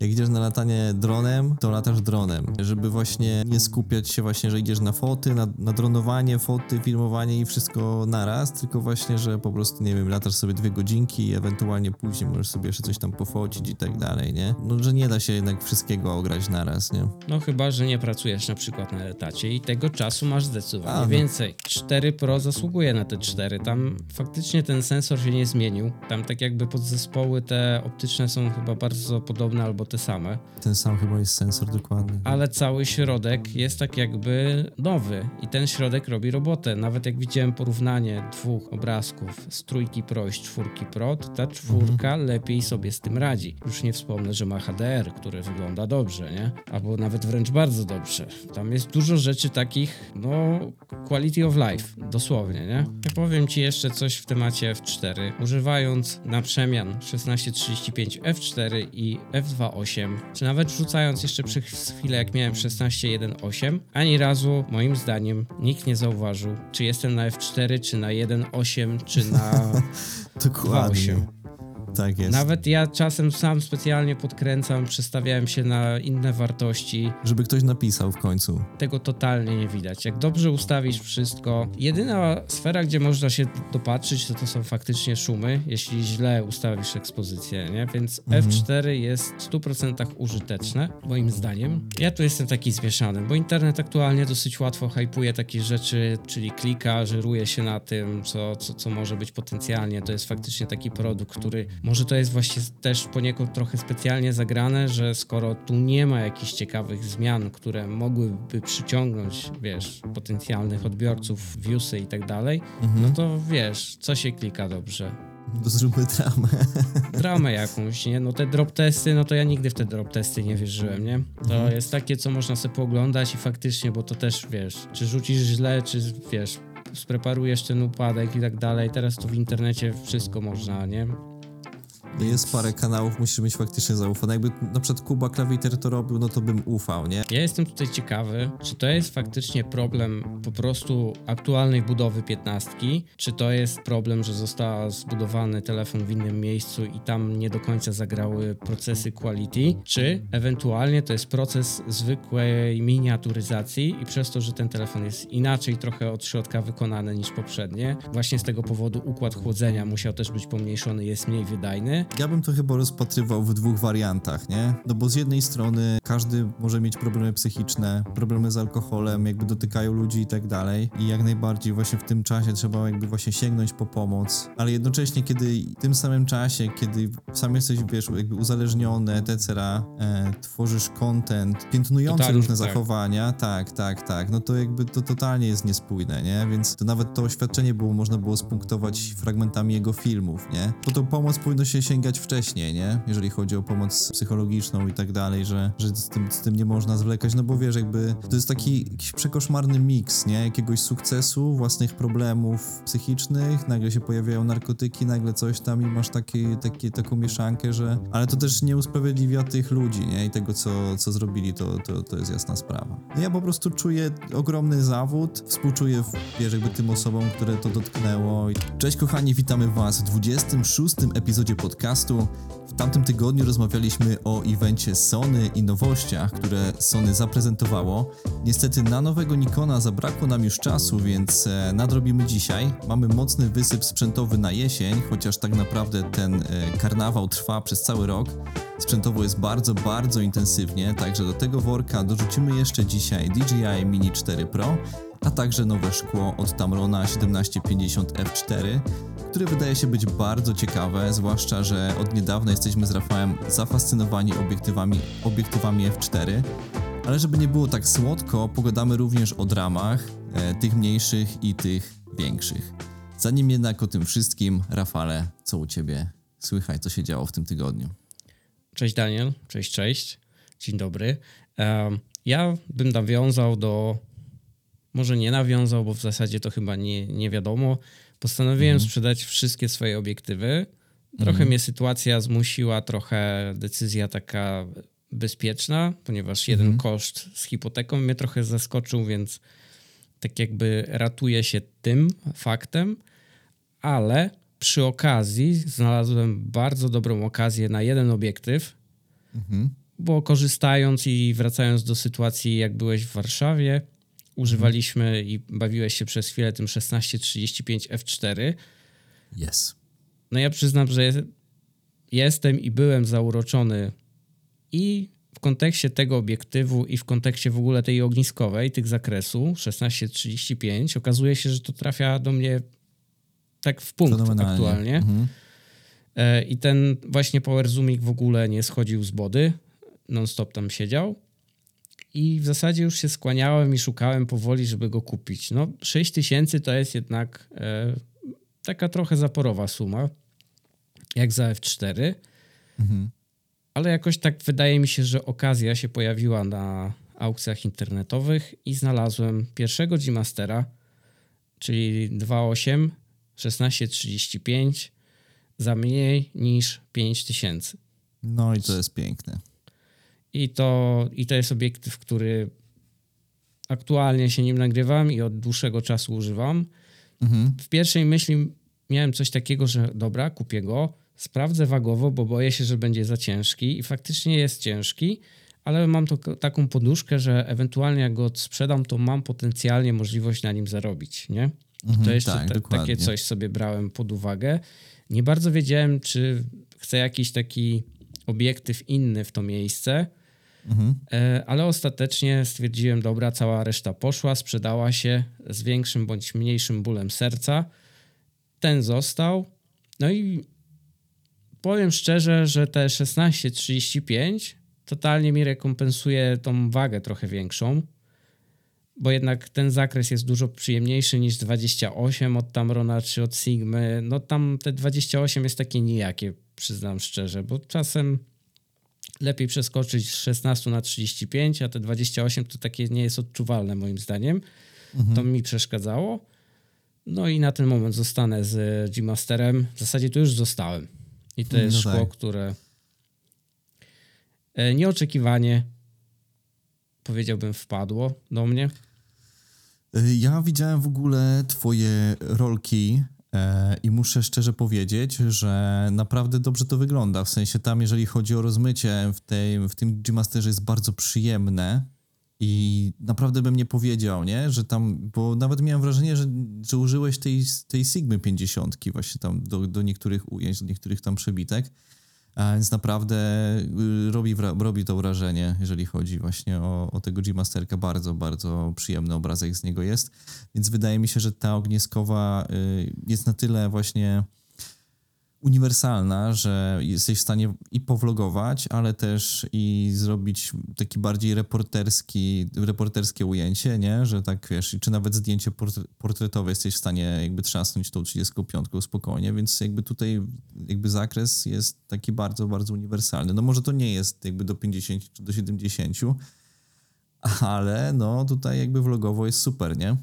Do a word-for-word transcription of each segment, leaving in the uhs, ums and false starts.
Jak idziesz na latanie dronem, to latasz dronem, żeby właśnie nie skupiać się właśnie, że idziesz na foty, na, na dronowanie, foty, filmowanie i wszystko naraz, tylko właśnie, że po prostu, nie wiem, latasz sobie dwie godzinki i ewentualnie później możesz sobie jeszcze coś tam pofocić i tak dalej, nie? No, że nie da się jednak wszystkiego ograć naraz, nie? No chyba, że nie pracujesz na przykład na etacie i tego czasu masz zdecydowanie A, no. więcej. cztery Pro zasługuje na te cztery. Tam faktycznie ten sensor się nie zmienił. Tam tak jakby podzespoły te optyczne są chyba bardzo podobne albo te same. Ten sam chyba jest sensor dokładnie. Ale cały środek jest tak jakby nowy i ten środek robi robotę. Nawet jak widziałem porównanie dwóch obrazków z trójki Pro i z czwórki Pro, to ta czwórka mhm. lepiej sobie z tym radzi. Już nie wspomnę, że ma H D R, który wygląda dobrze, nie? Albo nawet wręcz bardzo dobrze. Tam jest dużo rzeczy takich, no quality of life, dosłownie, nie? Ja powiem ci jeszcze coś w temacie F cztery. Używając na przemian szesnaście trzydzieści pięć F cztery i F dwa osiem, czy nawet rzucając jeszcze przez chwilę, jak miałem szesnaście jeden osiem, ani razu, moim zdaniem, nikt nie zauważył, czy jestem na F cztery, czy na jeden osiem, czy na dwa osiem. Tak jest. Nawet ja czasem sam specjalnie podkręcam, przestawiałem się na inne wartości. Żeby ktoś napisał w końcu. Tego totalnie nie widać. Jak dobrze ustawisz wszystko, jedyna sfera, gdzie można się dopatrzyć, to to są faktycznie szumy, jeśli źle ustawisz ekspozycję, nie? Więc mhm. F cztery jest w stu procentach użyteczne, moim zdaniem. Ja tu jestem taki zmieszany, bo internet aktualnie dosyć łatwo hypuje takie rzeczy, czyli klika, żeruje się na tym, co, co, co może być potencjalnie. To jest faktycznie taki produkt, który może to jest właśnie też poniekąd trochę specjalnie zagrane, że skoro tu nie ma jakichś ciekawych zmian, które mogłyby przyciągnąć, wiesz, potencjalnych odbiorców, viewsy i tak dalej, mhm. no to wiesz, co się klika dobrze. To zróbmy dramę. Dramę jakąś, nie? No te drop testy, no to ja nigdy w te drop testy nie wierzyłem, nie? To mhm. jest takie, co można sobie pooglądać i faktycznie, bo to też, wiesz, czy rzucisz źle, czy, wiesz, spreparujesz ten upadek i tak dalej. Teraz tu w internecie wszystko można, nie? Jest parę kanałów, musisz mieć faktycznie zaufane. Jakby na przykład Kuba Klawiter to robił, no to bym ufał, nie? Ja jestem tutaj ciekawy, czy to jest faktycznie problem po prostu aktualnej budowy piętnastki, czy to jest problem, że został zbudowany telefon w innym miejscu i tam nie do końca zagrały procesy quality, czy ewentualnie to jest proces zwykłej miniaturyzacji i przez to, że ten telefon jest inaczej trochę od środka wykonany niż poprzednie, właśnie z tego powodu układ chłodzenia musiał też być pomniejszony, jest mniej wydajny. Ja bym to chyba rozpatrywał w dwóch wariantach, nie? No bo z jednej strony każdy może mieć problemy psychiczne, problemy z alkoholem, jakby dotykają ludzi i tak dalej i jak najbardziej właśnie w tym czasie trzeba jakby właśnie sięgnąć po pomoc, ale jednocześnie kiedy w tym samym czasie, kiedy sam jesteś, wiesz, jakby uzależniony, et cetera, e, tworzysz content piętnujący totalnie, różne tak. zachowania, tak, tak, tak, no to jakby to totalnie jest niespójne, nie? Więc to nawet to oświadczenie było, można było spunktować fragmentami jego filmów, nie? Po tą pomoc powinno się sięgać wcześniej, nie? Jeżeli chodzi o pomoc psychologiczną i tak dalej, że, że z, tym, z tym nie można zwlekać, no bo wiesz, jakby to jest taki jakiś przekoszmarny miks, nie? Jakiegoś sukcesu, własnych problemów psychicznych, nagle się pojawiają narkotyki, nagle coś tam i masz taki, taki, taką mieszankę, że... Ale to też nie usprawiedliwia tych ludzi, nie? I tego, co, co zrobili, to, to, to jest jasna sprawa. No ja po prostu czuję ogromny zawód, współczuję, wiesz, jakby tym osobom, które to dotknęło. Cześć kochani, witamy was w dwudziestym szóstym epizodzie podcastu. W tamtym tygodniu rozmawialiśmy o evencie Sony i nowościach, które Sony zaprezentowało. Niestety na nowego Nikona zabrakło nam już czasu, więc e, nadrobimy dzisiaj. Mamy mocny wysyp sprzętowy na jesień, chociaż tak naprawdę ten e, karnawał trwa przez cały rok. Sprzętowo jest bardzo, bardzo intensywnie, także do tego worka dorzucimy jeszcze dzisiaj D J I Mini cztery Pro, a także nowe szkło od Tamrona siedemnaście pięćdziesiąt F cztery, które wydaje się być bardzo ciekawe, zwłaszcza, że od niedawna jesteśmy z Rafałem zafascynowani obiektywami, obiektywami F cztery, ale żeby nie było tak słodko, pogadamy również o dramach, e, tych mniejszych i tych większych. Zanim jednak o tym wszystkim, Rafale, co u Ciebie słychać, co się działo w tym tygodniu? Cześć Daniel, cześć, cześć, dzień dobry. Um, ja bym nawiązał do, może nie nawiązał, bo w zasadzie to chyba nie, nie wiadomo. Postanowiłem mhm. sprzedać wszystkie swoje obiektywy. Trochę mhm. mnie sytuacja zmusiła, trochę decyzja taka bezpieczna, ponieważ jeden mhm. koszt z hipoteką mnie trochę zaskoczył, więc tak jakby ratuję się tym faktem, ale przy okazji znalazłem bardzo dobrą okazję na jeden obiektyw, mhm. bo korzystając i wracając do sytuacji, jak byłeś w Warszawie, używaliśmy i bawiłeś się przez chwilę tym szesnaście trzydzieści pięć F cztery. Yes. No ja przyznam, że jestem i byłem zauroczony i w kontekście tego obiektywu i w kontekście w ogóle tej ogniskowej, tych zakresu szesnaście trzydzieści pięć. Okazuje się, że to trafia do mnie tak w punkt aktualnie. Mhm. I ten właśnie Power Zoomik w ogóle nie schodził z body. Non-stop tam siedział. I w zasadzie już się skłaniałem i szukałem powoli, żeby go kupić. No sześć tysięcy to jest jednak e, taka trochę zaporowa suma, jak za F cztery. Mhm. Ale jakoś tak wydaje mi się, że okazja się pojawiła na aukcjach internetowych i znalazłem pierwszego G-Mastera, czyli dwa osiem szesnaście trzydzieści pięć za mniej niż pięć tysięcy. No i to jest piękne. I to, I to jest obiektyw, który aktualnie się nim nagrywam i od dłuższego czasu używam. Mhm. W pierwszej myśli miałem coś takiego, że dobra, kupię go, sprawdzę wagowo, bo boję się, że będzie za ciężki i faktycznie jest ciężki, ale mam to, taką poduszkę, że ewentualnie jak go sprzedam, to mam potencjalnie możliwość na nim zarobić, nie? Mhm, to jeszcze tak, te, takie coś sobie brałem pod uwagę. Nie bardzo wiedziałem, czy chcę jakiś taki obiektyw inny w to miejsce, mhm. ale ostatecznie stwierdziłem, dobra, cała reszta poszła, sprzedała się z większym bądź mniejszym bólem serca. Ten został. No i powiem szczerze, że te szesnaście trzydzieści pięć totalnie mi rekompensuje tą wagę trochę większą, bo jednak ten zakres jest dużo przyjemniejszy niż dwadzieścia osiem od Tamrona czy od Sigmy. No tam te dwadzieścia osiem jest takie nijakie, przyznam szczerze, bo czasem lepiej przeskoczyć z szesnaście na trzydzieści pięć, a te dwadzieścia osiem to takie nie jest odczuwalne moim zdaniem. Mhm. To mi przeszkadzało. No i na ten moment zostanę z G-Masterem. W zasadzie to już zostałem. I to jest no szkło, tak. które nieoczekiwanie, powiedziałbym, wpadło do mnie. Ja widziałem w ogóle twoje rolki e, i muszę szczerze powiedzieć, że naprawdę dobrze to wygląda. W sensie tam, jeżeli chodzi o rozmycie w, tej, w tym G-Masterze jest bardzo przyjemne i naprawdę bym nie powiedział, nie, że tam, bo nawet miałem wrażenie, że, że użyłeś tej, tej Sigmy pięćdziesiątki właśnie tam do, do niektórych ujęć, do niektórych tam przebitek. A więc naprawdę robi, robi to wrażenie, jeżeli chodzi właśnie o, o tego G-Masterka. Bardzo, bardzo przyjemny obrazek z niego jest. Więc wydaje mi się, że ta ogniskowa jest na tyle właśnie uniwersalna, że jesteś w stanie i powlogować, ale też i zrobić taki bardziej reporterski, reporterskie ujęcie, nie? Że tak wiesz, czy nawet zdjęcie portretowe jesteś w stanie jakby trzasnąć tą trzydziestką piątką spokojnie, więc jakby tutaj jakby zakres jest taki bardzo, bardzo uniwersalny. No może to nie jest jakby do pięćdziesięciu czy do siedemdziesięciu, ale no tutaj jakby vlogowo jest super, nie?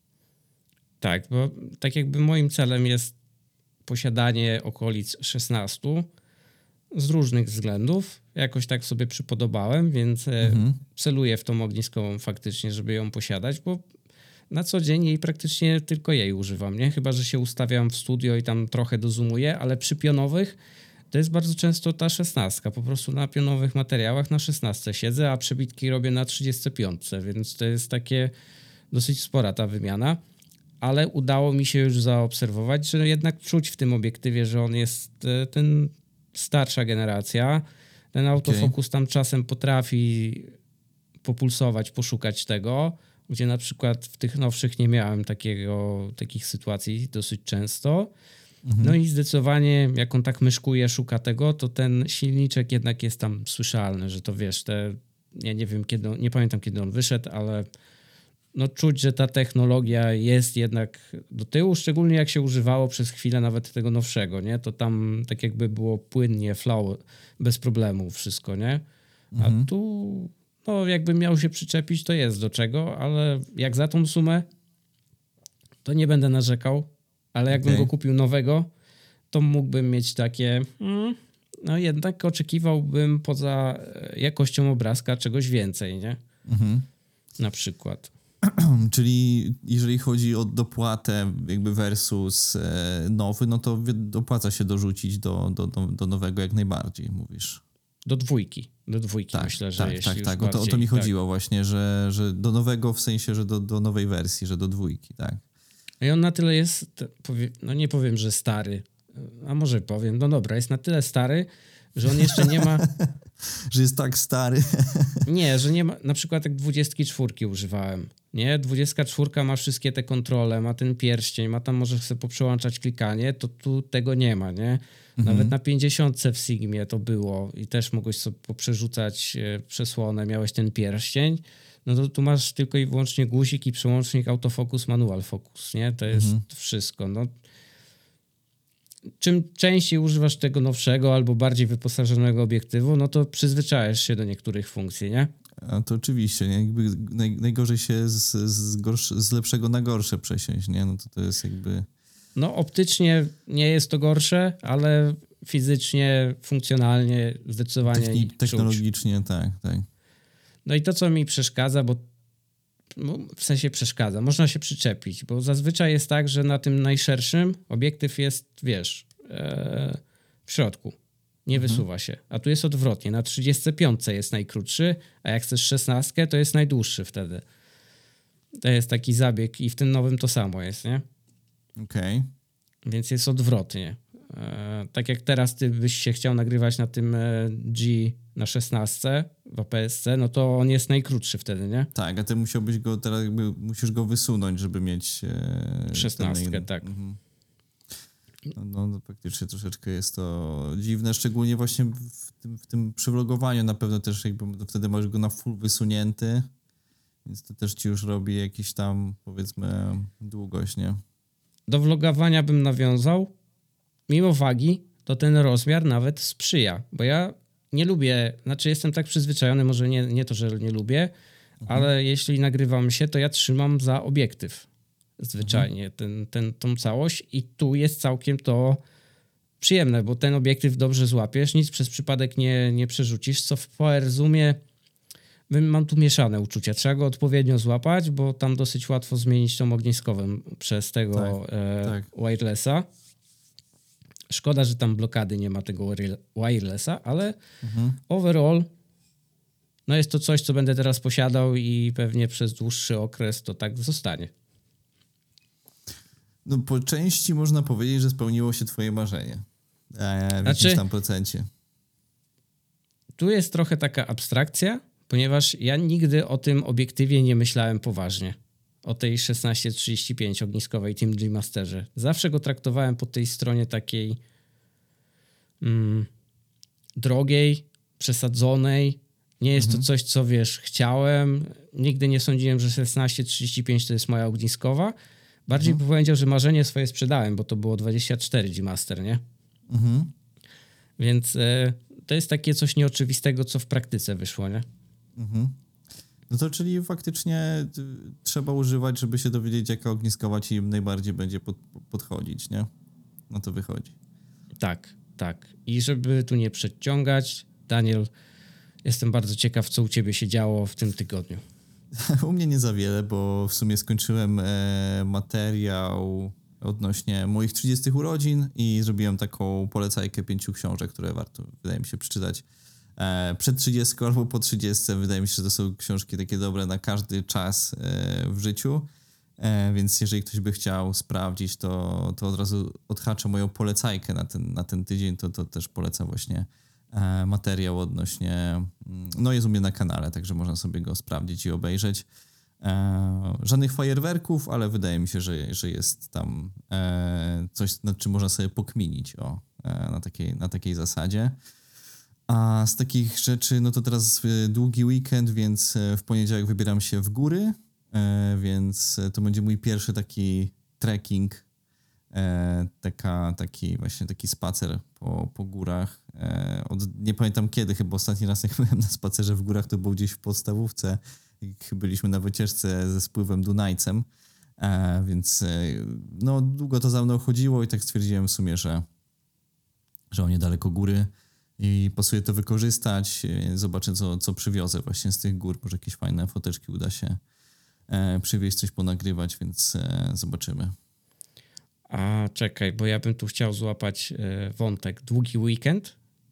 Tak, bo tak jakby moim celem jest posiadanie okolic szesnastu z różnych względów. Jakoś tak sobie przypodobałem, więc mhm. celuję w tą ogniskową faktycznie, żeby ją posiadać, bo na co dzień jej praktycznie tylko jej używam, nie? Chyba że się ustawiam w studio i tam trochę dozumuję, ale przy pionowych to jest bardzo często ta szesnastka. Po prostu na pionowych materiałach na szesnastce siedzę, a przebitki robię na trzydziestce piątce, więc to jest takie dosyć spora ta wymiana. Ale udało mi się już zaobserwować, że jednak czuć w tym obiektywie, że on jest ten starsza generacja. Ten autofokus okay. tam czasem potrafi populsować, poszukać tego, gdzie na przykład w tych nowszych nie miałem takiego, takich sytuacji dosyć często. Mhm. No i zdecydowanie jak on tak myszkuje, szuka tego, to ten silniczek jednak jest tam słyszalny, że to wiesz, te, ja nie wiem kiedy, on, nie pamiętam kiedy on wyszedł, ale no czuć, że ta technologia jest jednak do tyłu, szczególnie jak się używało przez chwilę nawet tego nowszego, nie? To tam tak jakby było płynnie, flow, bez problemu wszystko, nie? A mhm. tu no jakby miał się przyczepić, to jest do czego, ale jak za tą sumę, to nie będę narzekał, ale jakbym okay. go kupił nowego, to mógłbym mieć takie, hmm, no jednak oczekiwałbym poza jakością obrazka czegoś więcej, nie? Mhm. Na przykład. Czyli jeżeli chodzi o dopłatę jakby versus e, nowy, no to opłaca się dorzucić do, do, do, do nowego jak najbardziej, mówisz. Do dwójki. Do dwójki Tak, myślę, że tak, jeśli tak, już tak. O to, o to bardziej, mi tak. chodziło właśnie, że, że do nowego w sensie, że do, do nowej wersji, że do dwójki, tak. I on na tyle jest, powie, no nie powiem, że stary, a może powiem, no dobra, jest na tyle stary, że on jeszcze nie ma... Że jest tak stary. Nie, że nie ma, na przykład jak dwudziestki czwórki używałem, nie? dwudziestka czwórka ma wszystkie te kontrole, ma ten pierścień, ma tam, możesz sobie poprzełączać klikanie, to tu tego nie ma, nie? Mhm. Nawet na pięćdziesiątce w Sigmie to było i też mogłeś sobie poprzerzucać e, przesłonę, miałeś ten pierścień, no to tu masz tylko i wyłącznie guzik i przełącznik autofocus, manual focus, nie? To jest Mhm. wszystko, no. Czym częściej używasz tego nowszego albo bardziej wyposażonego obiektywu, no to przyzwyczajasz się do niektórych funkcji, nie? A to oczywiście, nie? Jakby naj, najgorzej się z, z, gorszy, z lepszego na gorsze przesiąść, nie? No to to jest jakby... No optycznie nie jest to gorsze, ale fizycznie, funkcjonalnie zdecydowanie Techni- czuć. technologicznie, tak, tak. No i to, co mi przeszkadza, bo no, w sensie przeszkadza, można się przyczepić, bo zazwyczaj jest tak, że na tym najszerszym obiektyw jest, wiesz, e, w środku. Nie Mhm. wysuwa się. A tu jest odwrotnie. Na trzydziestce piątce jest najkrótszy, a jak chcesz szesnastkę, to jest najdłuższy wtedy. To jest taki zabieg i w tym nowym to samo jest, nie? Okej. Więc jest odwrotnie. E, tak jak teraz ty byś się chciał nagrywać na tym e, G na szesnastce w A P S-ce, no to on jest najkrótszy wtedy, nie? Tak, a ty musiałbyś go teraz jakby, musisz go wysunąć, żeby mieć... E, szesnastkę, ten- tak. Mhm. No, no, no faktycznie troszeczkę jest to dziwne, szczególnie właśnie w tym, w tym przywlogowaniu na pewno też jakby wtedy masz go na full wysunięty, więc to też ci już robi jakiś tam, powiedzmy, długość, nie? Do vlogowania bym nawiązał. Mimo wagi, to ten rozmiar nawet sprzyja, bo ja nie lubię, znaczy jestem tak przyzwyczajony, może nie, nie to, że nie lubię, ale jeśli nagrywam się, to ja trzymam za obiektyw zwyczajnie ten, ten, tą całość i tu jest całkiem to przyjemne, bo ten obiektyw dobrze złapiesz, nic przez przypadek nie, nie przerzucisz, co w P R Zoomie mam tu mieszane uczucia. Trzeba go odpowiednio złapać, bo tam dosyć łatwo zmienić tą ogniskową przez tego Tak, e, tak. wirelessa. Szkoda, że tam blokady nie ma tego wire- wirelessa, ale Mhm. overall no jest to coś, co będę teraz posiadał i pewnie przez dłuższy okres to tak zostanie. No po części można powiedzieć, że spełniło się twoje marzenie. E, w Znaczy- jakimś tam procencie. Tu jest trochę taka abstrakcja, ponieważ ja nigdy o tym obiektywie nie myślałem poważnie. O tej szesnaście trzydzieści pięć ogniskowej Team G Masterze. Zawsze go traktowałem po tej stronie takiej mm, drogiej, przesadzonej. Nie jest Mhm. to coś, co wiesz, chciałem. Nigdy nie sądziłem, że szesnaście trzydzieści pięć to jest moja ogniskowa. Bardziej Mhm. bym powiedział, że marzenie swoje sprzedałem, bo to było dwadzieścia cztery G Master, nie? Mhm. Więc e, to jest takie coś nieoczywistego, co w praktyce wyszło, nie? Mhm. No to czyli faktycznie y, trzeba używać, żeby się dowiedzieć, jaka ogniskowa ci najbardziej będzie pod, podchodzić, nie? No to wychodzi. Tak, tak. I żeby tu nie przedciągać, Daniel, jestem bardzo ciekaw, co u ciebie się działo w tym tygodniu. U mnie nie za wiele, bo w sumie skończyłem e, materiał odnośnie moich trzydziestych urodzin i zrobiłem taką polecajkę pięciu książek, które warto, wydaje mi się, przeczytać e, przed trzydziestką albo po trzydziestce. Wydaje mi się, że to są książki takie dobre na każdy czas e, w życiu, e, więc jeżeli ktoś by chciał sprawdzić, to, to od razu odhaczę moją polecajkę na ten, na ten tydzień, to, to też polecam właśnie e, materiał odnośnie, no jest u mnie na kanale, także można sobie go sprawdzić i obejrzeć. E, żadnych fajerwerków, ale wydaje mi się, że, że jest tam e, coś, nad czym można sobie pokminić o, e, na, takiej, na takiej zasadzie. A z takich rzeczy, no to teraz e, długi weekend, więc e, w poniedziałek wybieram się w góry, e, więc to będzie mój pierwszy taki trekking, e, taka, taki właśnie taki spacer po, po górach. E, od, nie pamiętam kiedy, chyba ostatni raz jak byłem na spacerze w górach, to był gdzieś w podstawówce, jak byliśmy na wycieczce ze spływem Dunajcem, e, więc e, no długo to za mną chodziło i tak stwierdziłem w sumie, że, że mam niedaleko góry i pasuje to wykorzystać. E, zobaczę, co, co przywiozę właśnie z tych gór, może jakieś fajne foteczki uda się e, przywieźć, coś ponagrywać, więc e, zobaczymy. A czekaj, bo ja bym tu chciał złapać e, wątek. Długi weekend,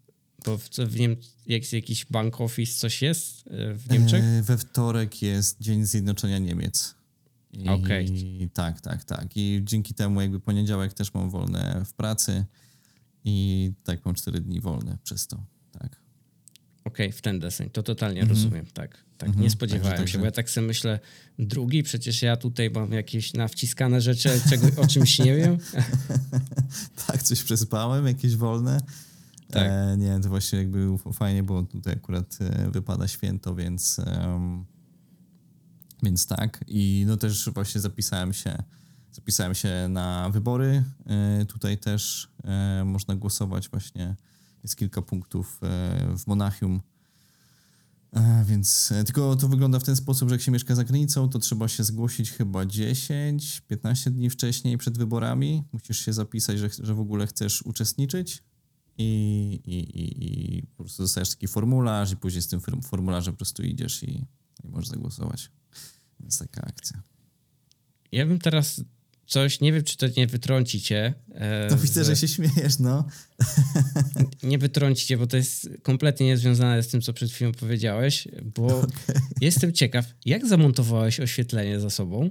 Bo w, co w Niem jak jakiś bank office, coś jest e, w Niemczech? E, we wtorek jest Dzień Zjednoczenia Niemiec. I Okej. tak, tak, tak. I dzięki temu jakby poniedziałek też mam wolne w pracy i tak mam cztery dni wolne przez to, tak. Okej, okay, w ten deseń, to totalnie Mhm. rozumiem, tak. Tak, Mhm. nie spodziewałem Także- się, bo ja tak sobie myślę, drugi, przecież ja tutaj mam jakieś nawciskane rzeczy, czego, o czymś nie wiem. Tak, coś przespałem, jakieś wolne. Tak. E, nie, to właśnie jakby fajnie, bo tutaj akurat e, wypada święto, więc em, więc tak. I no też właśnie zapisałem się zapisałem się na wybory. E, tutaj też e, można głosować właśnie. Jest kilka punktów e, w Monachium. E, więc e, tylko to wygląda w ten sposób, że jak się mieszka za granicą, to trzeba się zgłosić chyba dziesięć piętnaście dni wcześniej przed wyborami. Musisz się zapisać, że, że w ogóle chcesz uczestniczyć i, i, i, i po prostu dostajesz taki formularz i później z tym form- formularzem po prostu idziesz i, i możesz zagłosować. Więc taka akcja. Ja bym teraz coś, nie wiem, czy to nie wytrąci cię. e, To widzę, z- że się śmiejesz, no. Nie wytrąci cię, bo to jest kompletnie niezwiązane z tym, co przed chwilą powiedziałeś, bo jestem ciekaw, jak zamontowałeś oświetlenie za sobą,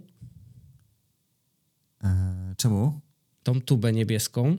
E, czemu? tą tubę niebieską,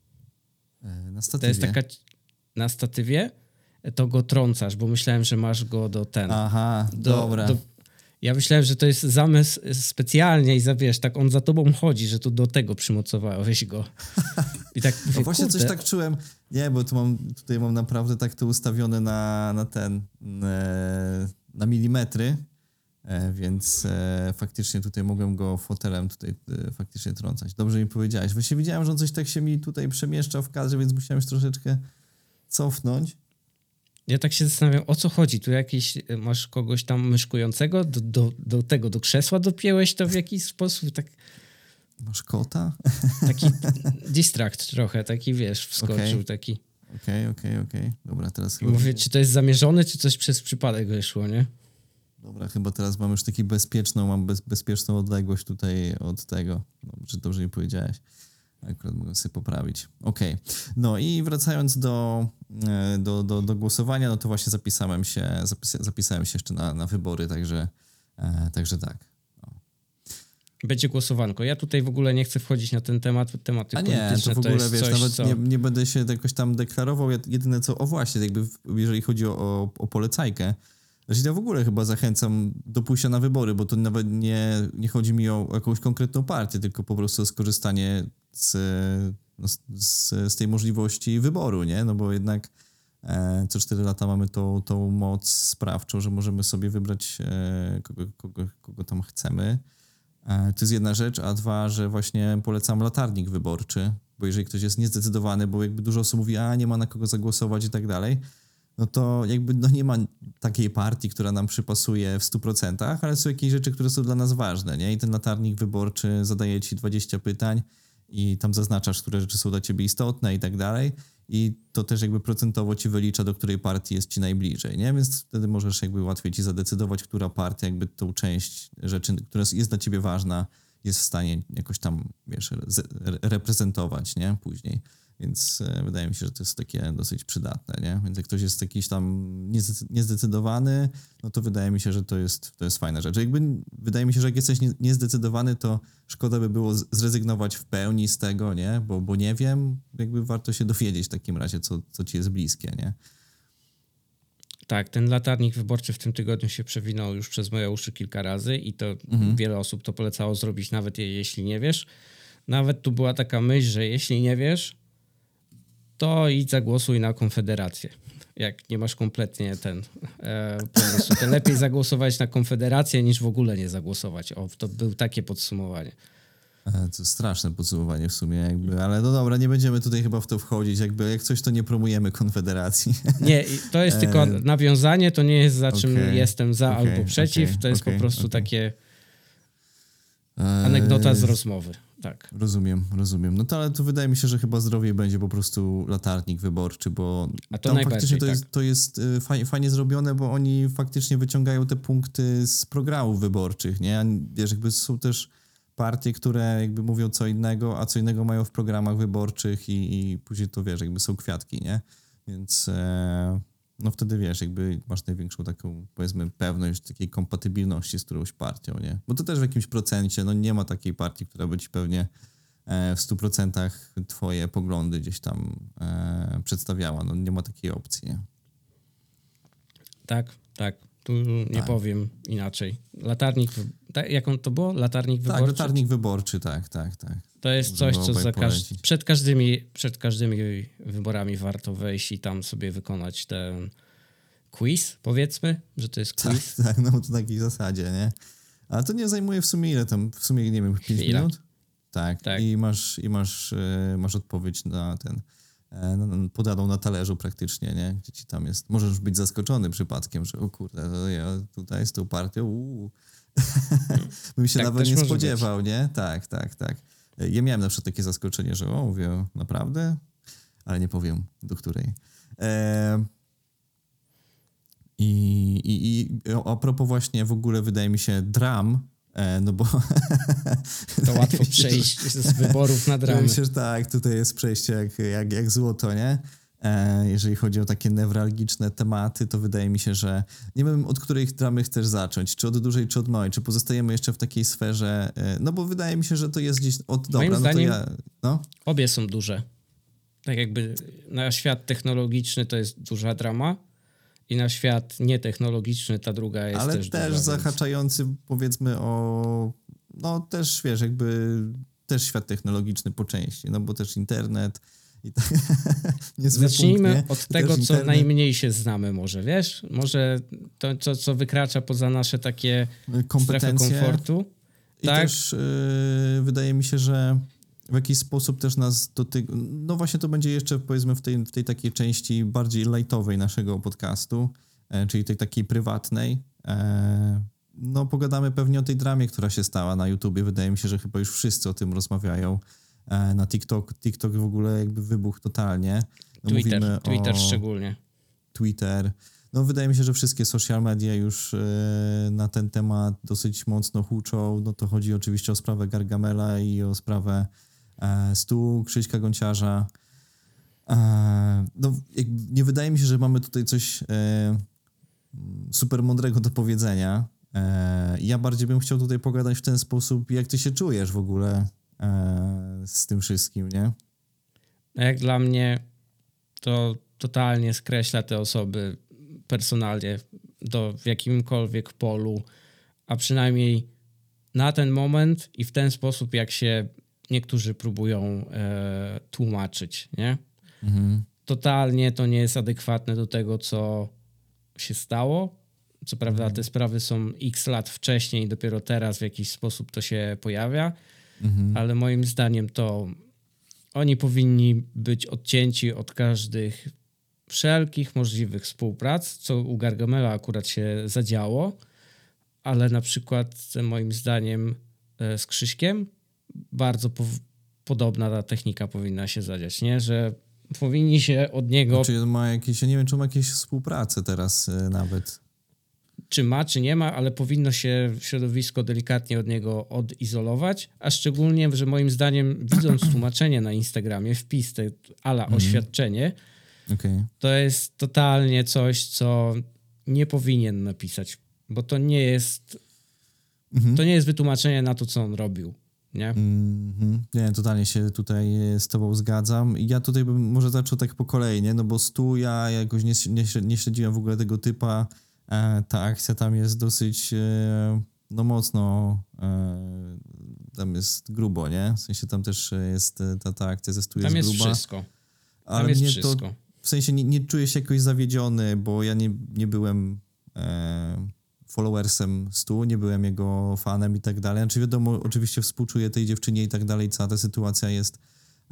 E, na to statywie. jest taka na statywie, to go trącasz, bo myślałem, że masz go do ten. Aha, do, dobra. Do, ja myślałem, że to jest zamysł specjalnie i za, wiesz, tak on za tobą chodzi, że tu do tego przymocowałeś go. I tak mówię, No właśnie kurde, coś tak czułem. Nie, bo tu mam, tutaj mam naprawdę tak to ustawione na, na ten, e, na milimetry, e, więc e, faktycznie tutaj mogłem go fotelem tutaj e, faktycznie trącać. Dobrze mi powiedziałeś. Właśnie widziałem, że on coś tak się mi tutaj przemieszcza w kadrze, więc musiałem już troszeczkę cofnąć. Ja tak się zastanawiam, o co chodzi? Tu jakiś, masz kogoś tam myszkującego? Do, do, do tego, do krzesła dopięłeś to w jakiś sposób? Tak, Masz kota? taki distract trochę, taki wiesz, wskoczył, Okej. taki. Okej, okej, okej. Dobra, teraz I chyba... mówię, czy to jest zamierzone, czy coś przez przypadek wyszło, nie? Dobra, chyba teraz mam już taki bezpieczną, mam bez, bezpieczną odległość tutaj od tego. Dobrze, dobrze mi powiedziałeś. Akurat mogę sobie poprawić. Okej. No i wracając do, e, do, do, do głosowania, no to właśnie zapisałem się, zapis, zapisałem się jeszcze na, na wybory, także, e, także tak. Będzie głosowanko. Ja tutaj w ogóle nie chcę wchodzić na ten temat, tematy A nie, polityczne to w ogóle, jest wiesz, coś, nawet co... nie, nie będę się jakoś tam deklarował. Ja jedyne co, o właśnie, jakby w- jeżeli chodzi o, o, o polecajkę, znaczy ja w ogóle chyba zachęcam do pójścia na wybory, bo to nawet nie, nie chodzi mi o jakąś konkretną partię, tylko po prostu o skorzystanie z, no, z, z, z tej możliwości wyboru, nie? No bo jednak e, co cztery lata mamy tą, tą moc sprawczą, że możemy sobie wybrać e, kogo, kogo, kogo tam chcemy. E, To jest jedna rzecz, a dwa, że właśnie polecam latarnik wyborczy, bo jeżeli ktoś jest niezdecydowany, bo jakby dużo osób mówi, a nie ma na kogo zagłosować i tak dalej, no to jakby no nie ma takiej partii, która nam przypasuje w stu procentach, ale są jakieś rzeczy, które są dla nas ważne, nie? I ten latarnik wyborczy zadaje ci dwadzieścia pytań i tam zaznaczasz, które rzeczy są dla ciebie istotne i tak dalej. I to też jakby procentowo ci wylicza, do której partii jest ci najbliżej, nie? Więc wtedy możesz jakby łatwiej ci zadecydować, która partia jakby tą część rzeczy, która jest dla ciebie ważna, jest w stanie jakoś tam, wiesz, re- reprezentować, nie? Później. Więc e, wydaje mi się, że to jest takie dosyć przydatne, nie? Więc jak ktoś jest jakiś tam niezdecy- niezdecydowany, no to wydaje mi się, że to jest, to jest fajna rzecz. Jakby wydaje mi się, że jak jesteś nie- niezdecydowany, to szkoda by było z- zrezygnować w pełni z tego, nie? Bo, bo nie wiem, jakby warto się dowiedzieć w takim razie, co, co ci jest bliskie, nie? Tak, ten latarnik wyborczy w tym tygodniu się przewinął już przez moje uszy kilka razy i to Mhm. wiele osób to polecało zrobić, nawet je- jeśli nie wiesz. Nawet tu była taka myśl, że jeśli nie wiesz, to idź zagłosuj na Konfederację. Jak nie masz kompletnie ten e, pomysłu, to lepiej zagłosować na Konfederację niż w ogóle nie zagłosować. O, to było takie podsumowanie. E, To straszne podsumowanie w sumie, jakby, ale no dobra, nie będziemy tutaj chyba w to wchodzić, jakby jak coś, to nie promujemy Konfederacji. Nie, i to jest tylko nawiązanie, to nie jest za czym Okej, jestem za okej, albo przeciw, okej, to jest okej, po prostu okej. takie E, anegdota z rozmowy. Tak. Rozumiem, rozumiem. No to ale to wydaje mi się, że chyba zdrowiej będzie po prostu latarnik wyborczy, bo A to tam najbardziej, faktycznie to tak. jest, to jest y, fajnie, fajnie zrobione, bo oni faktycznie wyciągają te punkty z programów wyborczych, nie? A wiesz, jakby są też partie, które jakby mówią co innego, a co innego mają w programach wyborczych i, i później to wiesz, jakby są kwiatki, nie? Więc e, no wtedy wiesz, jakby masz największą taką, powiedzmy, pewność takiej kompatybilności z którąś partią, nie? Bo to też w jakimś procencie, no nie ma takiej partii, która by ci pewnie e, w stu procentach twoje poglądy gdzieś tam e, przedstawiała. No nie ma takiej opcji, nie? Tak, tak. Tu nie Tak. powiem inaczej. Latarnik, tak, jak on to było? Latarnik wyborczy? Tak, latarnik wyborczy, tak, tak, tak. To jest Możemy coś, co obaj za każ- polecić. przed, każdymi, przed każdymi wyborami warto wejść i tam sobie wykonać ten quiz, powiedzmy, że to jest Tak, quiz. tak, no w takiej zasadzie, nie? A to nie zajmuje w sumie ile tam, w sumie nie wiem, pięć Chwila. minut? Tak, Tak. i masz, i masz, e, masz odpowiedź na ten, e, na, na, podaną na talerzu praktycznie, nie? Gdzie ci tam jest, możesz być zaskoczony przypadkiem, że o kurde, to ja tutaj z tą partią, uuu. Bym się Tak nawet też nie może spodziewał, nie? Tak, tak, tak. Ja miałem na przykład takie zaskoczenie, że o, mówię, naprawdę? Ale nie powiem, do której. E, I, i, I a propos właśnie w ogóle wydaje mi się dram, e, no bo... To łatwo przejść z wyborów na Wydaje dramy. mi się, że tak, tutaj jest przejście jak, jak, jak złoto, nie? E, jeżeli chodzi o takie newralgiczne tematy, to wydaje mi się, że nie wiem, od której dramy chcesz zacząć, czy od dużej, czy od małej, czy pozostajemy jeszcze w takiej sferze, e, no bo wydaje mi się, że to jest gdzieś od dobra, Moim no zdaniem- to ja... No? Obie są duże. Tak jakby na świat technologiczny to jest duża drama i na świat nietechnologiczny ta druga jest Ale też, też, duża. Więc... zahaczający powiedzmy o, no też wiesz, jakby też świat technologiczny po części, no bo też internet i tak. Niezły Zacznijmy punkt, nie? od Też tego, co internet, najmniej się znamy może, wiesz? Może to, co, co wykracza poza nasze takie strefy kompetencje komfortu. i tak? też yy, wydaje mi się, że w jakiś sposób też nas dotyka, no właśnie to będzie jeszcze powiedzmy w tej, w tej takiej części bardziej lightowej naszego podcastu, e, czyli tej takiej prywatnej. E, no pogadamy pewnie o tej dramie, która się stała na YouTubie. Wydaje mi się, że chyba już wszyscy o tym rozmawiają. E, na TikTok, TikTok w ogóle jakby wybuchł totalnie. No, Twitter, mówimy Twitter o szczególnie. Twitter. No wydaje mi się, że wszystkie social media już e, na ten temat dosyć mocno huczą. No to chodzi oczywiście o sprawę Gargamela i o sprawę e, Stu, Krzyśka Gonciarza. E, no jakby nie wydaje mi się, że mamy tutaj coś e, super mądrego do powiedzenia. E, ja bardziej bym chciał tutaj pogadać w ten sposób, jak ty się czujesz w ogóle e, z tym wszystkim, nie? Jak dla mnie to totalnie skreśla te osoby personalnie do, w jakimkolwiek polu, a przynajmniej na ten moment i w ten sposób, jak się niektórzy próbują e, tłumaczyć, nie? Mhm. Totalnie to nie jest adekwatne do tego, co się stało. Co prawda te sprawy są x lat wcześniej i dopiero teraz w jakiś sposób to się pojawia, Mhm. ale moim zdaniem to oni powinni być odcięci od każdych wszelkich możliwych współprac, co u Gargamela akurat się zadziało, ale na przykład moim zdaniem e, z Krzyśkiem bardzo po- podobna ta technika powinna się zadziać, nie? Że powinni się od niego, Czy on ma jakieś, ja nie wiem, czy on ma jakieś współpracę teraz y, nawet. czy ma, czy nie ma, ale powinno się środowisko delikatnie od niego odizolować, a szczególnie, że moim zdaniem widząc tłumaczenie na Instagramie, wpis te ala Mhm. oświadczenie, Okej. to jest totalnie coś, co nie powinien napisać, bo to nie jest, Mhm. to nie jest wytłumaczenie na to, co on robił, nie? Mhm. Nie, totalnie się tutaj z tobą zgadzam. Ja tutaj bym może zaczął tak po kolei, nie? No bo Stu, ja jakoś nie, nie, nie śledziłem w ogóle tego typa. E, ta akcja tam jest dosyć, e, no mocno, e, tam jest grubo, nie? W sensie tam też jest, e, ta, ta akcja ze Stu Tam jest jest gruba. wszystko. Tam Ale jest mnie wszystko. to, w sensie nie, nie czuję się jakoś zawiedziony, bo ja nie, nie byłem e, followersem Stu, nie byłem jego fanem i tak dalej. Znaczy wiadomo, oczywiście współczuję tej dziewczynie i tak dalej, cała ta sytuacja jest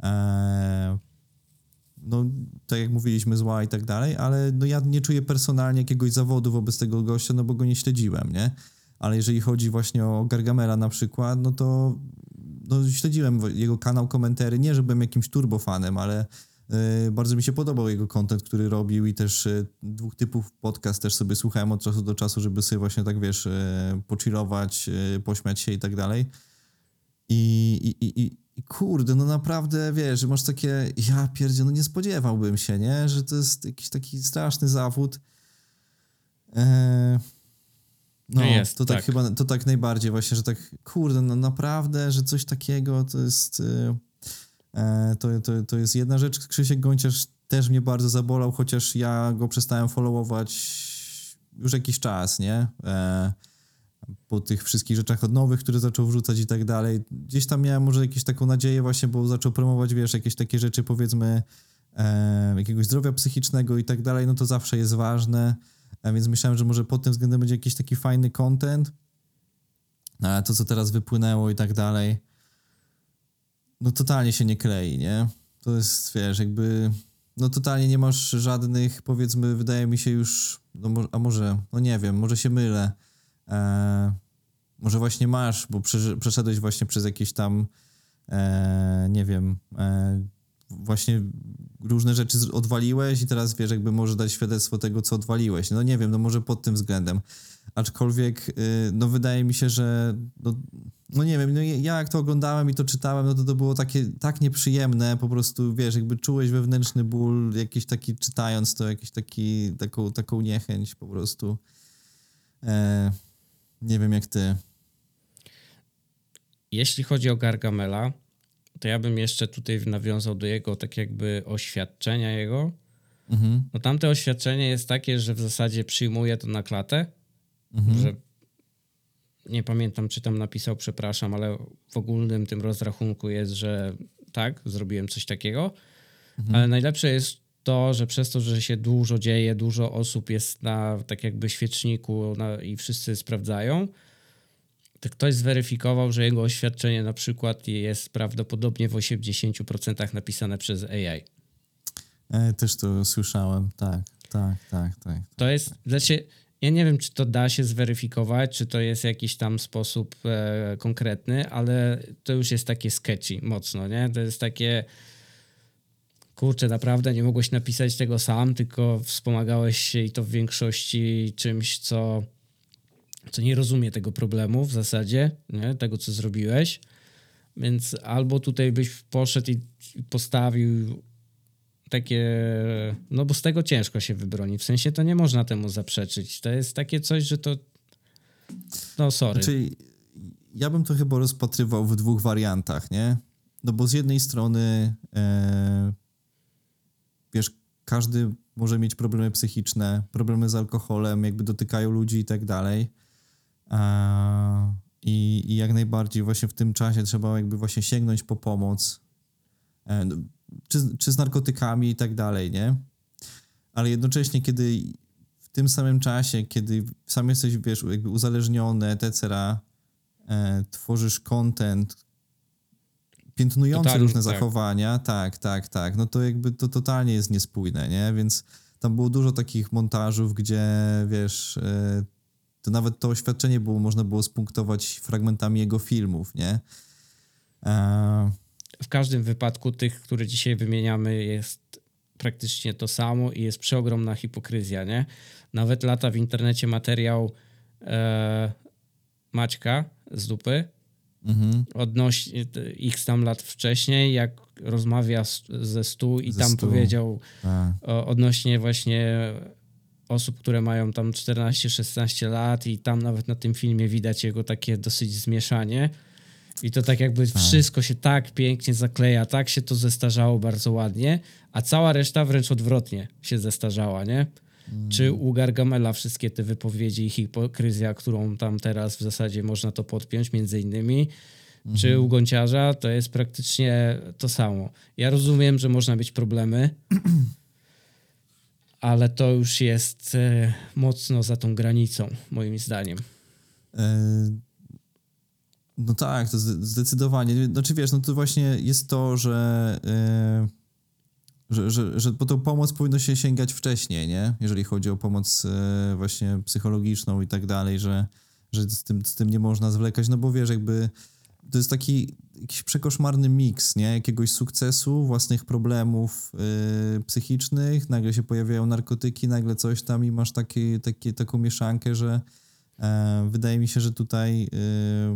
e, no, tak jak mówiliśmy, zła i tak dalej, ale no ja nie czuję personalnie jakiegoś zawodu wobec tego gościa, no bo go nie śledziłem, nie? Ale jeżeli chodzi właśnie o Gargamela na przykład, no to no, śledziłem jego kanał, komentary, nie że byłem jakimś turbofanem, ale y, bardzo mi się podobał jego content, który robił i też y, dwóch typów podcast też sobie słuchałem od czasu do czasu, żeby sobie właśnie tak, wiesz, y, pochillować, y, pośmiać się i tak dalej. I, i, i, I kurde, no naprawdę, wiesz, że masz takie, ja pierdzie, no nie spodziewałbym się, nie? Że to jest jakiś taki straszny zawód. Eee, no, Jest, to tak, tak. chyba, to tak najbardziej właśnie, że tak, kurde, no naprawdę, że coś takiego to jest, e, to, to, to jest jedna rzecz. Krzysiek Gonciarz też mnie bardzo zabolał, chociaż ja go przestałem followować już jakiś czas, nie? E, po tych wszystkich rzeczach od nowych, które zaczął wrzucać i tak dalej. Gdzieś tam miałem może jakąś taką nadzieję właśnie, bo zaczął promować, wiesz, jakieś takie rzeczy, powiedzmy, e, jakiegoś zdrowia psychicznego i tak dalej, no to zawsze jest ważne, e, więc myślałem, że może pod tym względem będzie jakiś taki fajny content, no, ale to, co teraz wypłynęło i tak dalej, no totalnie się nie klei, nie? To jest, wiesz, jakby, no totalnie nie masz żadnych, powiedzmy, wydaje mi się już, no, mo- a może, no nie wiem, może się mylę, E, może właśnie masz, bo prze, przeszedłeś właśnie przez jakieś tam, e, nie wiem, e, właśnie różne rzeczy z- odwaliłeś i teraz wiesz, jakby może dać świadectwo tego, co odwaliłeś. No nie wiem, no może pod tym względem. Aczkolwiek, y, no wydaje mi się, że no, no nie wiem, no ja jak to oglądałem i to czytałem, no to to było takie tak nieprzyjemne, po prostu wiesz, jakby czułeś wewnętrzny ból, jakiś taki, czytając to, jakiś taki, taką, taką niechęć po prostu. E, Nie wiem jak ty. Jeśli chodzi o Gargamela, to ja bym jeszcze tutaj nawiązał do jego tak jakby oświadczenia jego. Mhm. No tamte oświadczenie jest takie, że w zasadzie przyjmuje to na klatę, Mhm. że nie pamiętam, czy tam napisał przepraszam, ale w ogólnym tym rozrachunku jest, że tak, zrobiłem coś takiego. Mhm. Ale najlepsze jest to, że przez to, że się dużo dzieje, dużo osób jest na tak jakby świeczniku na, i wszyscy sprawdzają, to ktoś zweryfikował, że jego oświadczenie na przykład jest prawdopodobnie w osiemdziesięciu procentach napisane przez A I. E, też to słyszałem, tak, tak, tak, tak. To jest, znaczy, ja nie wiem, czy to da się zweryfikować, czy to jest jakiś tam sposób e, konkretny, ale to już jest takie sketchy mocno, nie? To jest takie, kurczę, naprawdę nie mogłeś napisać tego sam, tylko wspomagałeś się i to w większości czymś, co, co nie rozumie tego problemu w zasadzie, nie? Tego, co zrobiłeś. Więc albo tutaj byś poszedł i i postawił takie, no bo z tego ciężko się wybroni. W sensie to nie można temu zaprzeczyć. To jest takie coś, że to, no sorry. Znaczy, ja bym to chyba rozpatrywał w dwóch wariantach, nie? No bo z jednej strony, e, wiesz, każdy może mieć problemy psychiczne, problemy z alkoholem, jakby dotykają ludzi i tak dalej. A, i, I jak najbardziej właśnie w tym czasie trzeba jakby właśnie sięgnąć po pomoc. E, no, czy, czy z narkotykami i tak dalej, nie? Ale jednocześnie, kiedy w tym samym czasie, kiedy sam jesteś, wiesz, jakby uzależniony, et cetera, e, tworzysz content piętnujący Totalnie, różne tak. zachowania, tak, tak, tak, no to jakby to totalnie jest niespójne, nie? Więc tam było dużo takich montażów, gdzie, wiesz, e, to nawet to oświadczenie było, można było spunktować fragmentami jego filmów, nie? E, W każdym wypadku tych, które dzisiaj wymieniamy, jest praktycznie to samo i jest przeogromna hipokryzja, nie? Nawet lata w internecie materiał e, Maćka z dupy mhm. odnośnie x tam lat wcześniej, jak rozmawia z, ze stu i Ze tam stu. powiedział Tak. o, odnośnie właśnie osób, które mają tam czternaście szesnaście lat i tam nawet na tym filmie widać jego takie dosyć zmieszanie. I to tak jakby Tak. wszystko się tak pięknie zakleja, tak się to zestarzało bardzo ładnie, a cała reszta wręcz odwrotnie się zestarzała, nie? Mm. Czy u Gargamela wszystkie te wypowiedzi i hipokryzja, którą tam teraz w zasadzie można to podpiąć między innymi, mm. czy u Gonciarza to jest praktycznie to samo. Ja rozumiem, że można mieć problemy, ale to już jest e, mocno za tą granicą, moim zdaniem. E, no tak, to zdecydowanie. Znaczy wiesz, no to właśnie jest to, że, e, że, że, że po tą pomoc powinno się sięgać wcześniej, nie? Jeżeli chodzi o pomoc e, właśnie psychologiczną i tak dalej, że, że z tym, z tym nie można zwlekać, no bo wiesz, jakby to jest taki jakiś przekoszmarny miks, nie? Jakiegoś sukcesu, własnych problemów e, psychicznych, nagle się pojawiają narkotyki, nagle coś tam i masz taki, taki, taką mieszankę, że e, wydaje mi się, że tutaj e,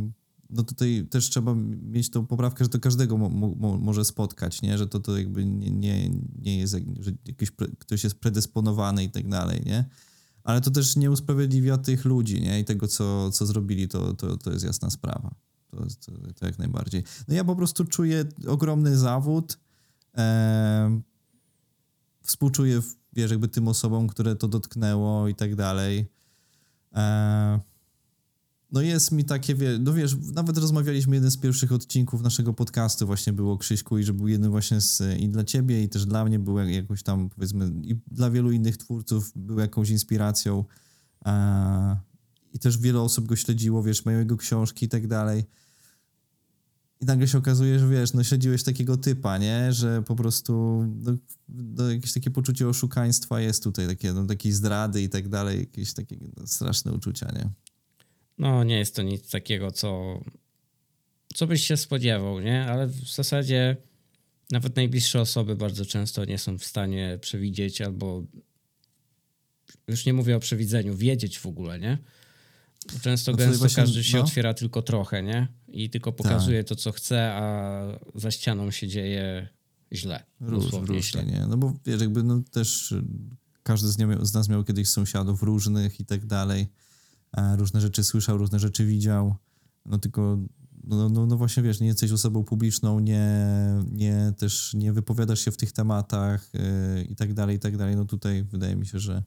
no tutaj też trzeba mieć tą poprawkę, że to każdego mo, mo, może spotkać, nie? Że to, to jakby nie, nie, nie jest, że jakiś pre, ktoś jest predysponowany i tak dalej, nie? Ale to też nie usprawiedliwia tych ludzi, nie? I tego, co, co zrobili, to, to, to jest jasna sprawa. To, to, to jak najbardziej. No ja po prostu czuję ogromny zawód. E, współczuję, wiesz, jakby tym osobom, które to dotknęło i tak dalej. E, no jest mi takie, wie, no wiesz, nawet rozmawialiśmy, jeden z pierwszych odcinków naszego podcastu właśnie było o Krzyśku i że był jeden właśnie z, i dla ciebie i też dla mnie był jak, jakoś tam, powiedzmy, i dla wielu innych twórców był jakąś inspiracją. E, I też wiele osób go śledziło, wiesz, mają jego książki i tak dalej. I nagle się okazuje, że wiesz, no śledziłeś takiego typa, nie? Że po prostu no, no, jakieś takie poczucie oszukaństwa jest tutaj, takie, no, takiej zdrady i tak dalej, jakieś takie no, straszne uczucia, nie? No nie jest to nic takiego, co, co byś się spodziewał, nie? Ale w zasadzie nawet najbliższe osoby bardzo często nie są w stanie przewidzieć albo, już nie mówię o przewidzeniu, wiedzieć w ogóle, nie? Często no gęsto właśnie, każdy się no. otwiera tylko trochę, nie? I tylko pokazuje tak. to, co chce, a za ścianą się dzieje źle. Róż, różnie, nie? No bo wiesz, jakby no też każdy z, nie, z nas miał kiedyś sąsiadów różnych i tak dalej. Różne rzeczy słyszał, różne rzeczy widział. No tylko, no, no, no właśnie wiesz, nie jesteś osobą publiczną, nie, nie też nie wypowiadasz się w tych tematach yy, i tak dalej, i tak dalej. No tutaj wydaje mi się, że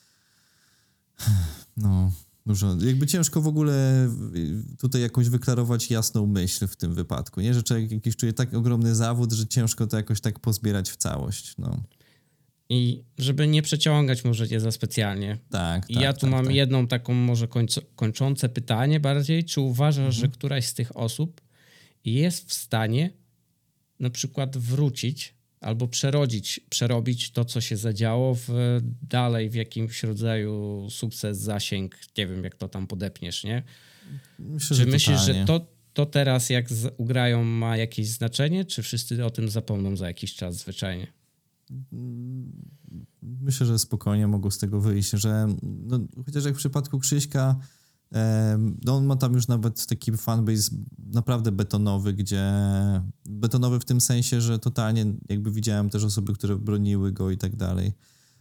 no... Dużo. Jakby ciężko w ogóle tutaj jakoś wyklarować jasną myśl w tym wypadku, nie? Że człowiek jakiś czuje tak ogromny zawód, że ciężko to jakoś tak pozbierać w całość, no. I żeby nie przeciągać może nie za specjalnie. Tak, I tak, ja tu tak, mam tak. jedną taką może końco, kończące pytanie bardziej. Czy uważasz, Mhm. że któraś z tych osób jest w stanie na przykład wrócić albo przerodzić, przerobić to, co się zadziało w dalej w jakimś rodzaju sukces, zasięg, nie wiem jak to tam podepniesz, nie? Myślę, czy że myślisz, totalnie. że to, to teraz jak z, ugrają ma jakieś znaczenie, czy wszyscy o tym zapomną za jakiś czas zwyczajnie? Myślę, że spokojnie mogą z tego wyjść, że no, chociaż jak w przypadku Krzyśka, no on ma tam już nawet taki fanbase naprawdę betonowy, gdzie betonowy w tym sensie, że totalnie jakby widziałem też osoby, które broniły go i tak dalej.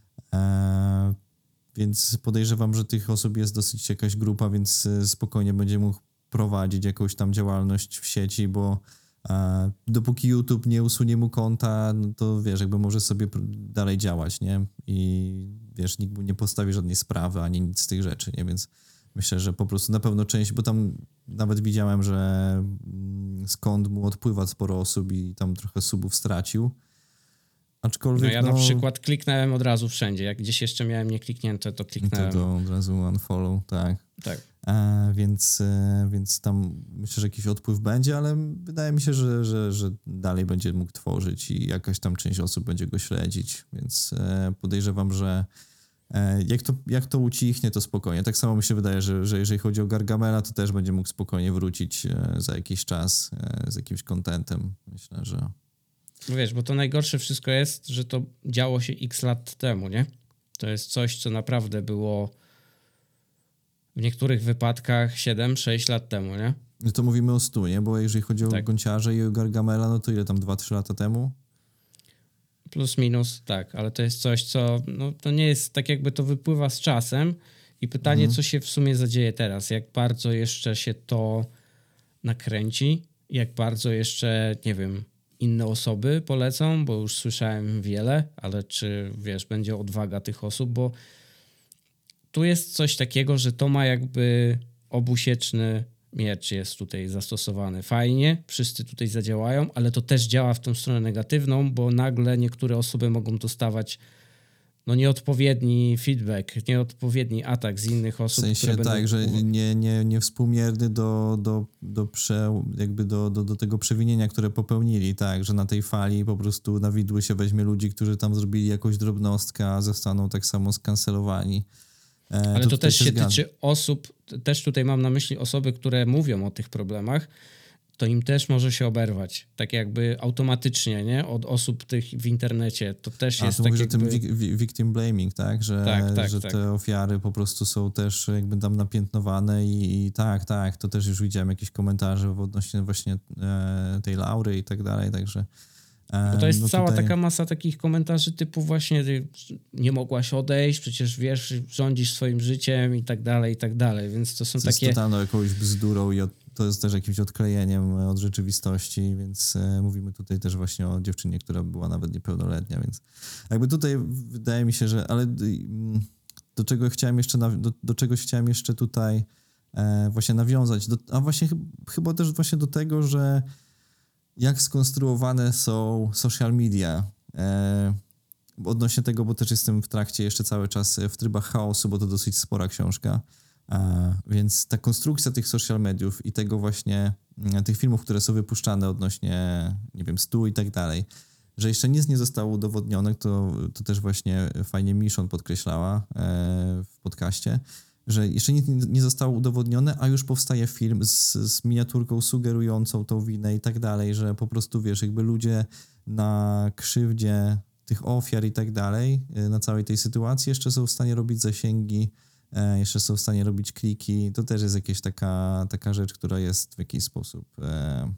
E, więc podejrzewam, że tych osób jest dosyć jakaś grupa, więc spokojnie będzie mógł prowadzić jakąś tam działalność w sieci, bo e, dopóki YouTube nie usunie mu konta, no to wiesz, jakby może sobie dalej działać, nie? I wiesz, nikt mu nie postawi żadnej sprawy, ani nic z tych rzeczy, nie? Więc myślę, że po prostu na pewno część, bo tam nawet widziałem, że skąd mu odpływa sporo osób i tam trochę subów stracił. Aczkolwiek no ja no, na przykład kliknąłem od razu wszędzie. Jak gdzieś jeszcze miałem niekliknięte, to kliknąłem. To, to od razu unfollow, tak. Tak. E, więc, e, więc tam myślę, że jakiś odpływ będzie, ale wydaje mi się, że, że, że dalej będzie mógł tworzyć i jakaś tam część osób będzie go śledzić, więc e, podejrzewam, że Jak to, jak to ucichnie, to spokojnie. Tak samo mi się wydaje, że, że jeżeli chodzi o Gargamela, to też będzie mógł spokojnie wrócić za jakiś czas z jakimś contentem. Myślę, że... Wiesz, bo to najgorsze wszystko jest, że to działo się x lat temu, nie? To jest coś, co naprawdę było w niektórych wypadkach siedem sześć lat temu, nie? No to mówimy o stu, nie? Bo jeżeli chodzi o tak. Gonciarze i o Gargamela, no to ile tam dwa trzy lata temu? Plus minus, tak, ale to jest coś, co no, to nie jest tak jakby to wypływa z czasem i pytanie, mhm. co się w sumie zadzieje teraz, jak bardzo jeszcze się to nakręci, jak bardzo jeszcze, nie wiem, inne osoby polecą, bo już słyszałem wiele, ale czy, wiesz, będzie odwaga tych osób, bo tu jest coś takiego, że to ma jakby obusieczny miecz jest tutaj zastosowany. Fajnie, wszyscy tutaj zadziałają, ale to też działa w tą stronę negatywną, bo nagle niektóre osoby mogą dostawać no nieodpowiedni feedback, nieodpowiedni atak z innych osób. W sensie które tak, będą... że nie, nie, nie współmierny do, do, do, prze, jakby do, do, do tego przewinienia, które popełnili, tak, że na tej fali po prostu na widły się weźmie ludzi, którzy tam zrobili jakąś drobnostkę, a zostaną tak samo skancelowani. E, Ale to, to też się zgadzam. tyczy osób, też tutaj mam na myśli osoby, które mówią o tych problemach, to im też może się oberwać. Tak jakby automatycznie, nie? Od osób tych w internecie. To też A, jest to tak mówisz jakby... o tym wi- wi- victim blaming, tak? Że, Tak, tak, że tak. te ofiary po prostu są też jakby tam napiętnowane i, i tak, tak, to też już widziałem jakieś komentarze odnośnie właśnie e, tej Laury i tak dalej, także... E, Bo to jest no cała tutaj... taka masa takich komentarzy typu właśnie ty nie mogłaś odejść, przecież wiesz, rządzisz swoim życiem i tak dalej, i tak dalej, więc to są To jest takie... totalną jakąś bzdurą i od, to jest też jakimś odklejeniem od rzeczywistości, więc e, mówimy tutaj też właśnie o dziewczynie, która była nawet niepełnoletnia, więc jakby tutaj wydaje mi się, że ale mm, do czego chciałem jeszcze, naw- do, do czegoś chciałem jeszcze tutaj e, właśnie nawiązać, do, a właśnie chyb, chyba też właśnie do tego, że jak skonstruowane są social media, e, odnośnie tego, bo też jestem w trakcie jeszcze cały czas w trybach chaosu, bo to dosyć spora książka, a, więc ta konstrukcja tych social mediów i tego właśnie, m, tych filmów, które są wypuszczane odnośnie, nie wiem, stu i tak dalej, że jeszcze nic nie zostało udowodnione, to, to też właśnie fajnie Miszon podkreślała e, w podcaście, że jeszcze nic nie, nie zostało udowodnione, a już powstaje film z, z miniaturką sugerującą tą winę i tak dalej, że po prostu, wiesz, jakby ludzie na krzywdzie tych ofiar i tak dalej, na całej tej sytuacji jeszcze są w stanie robić zasięgi, e, jeszcze są w stanie robić kliki. To też jest jakaś taka, taka rzecz, która jest w jakiś sposób e,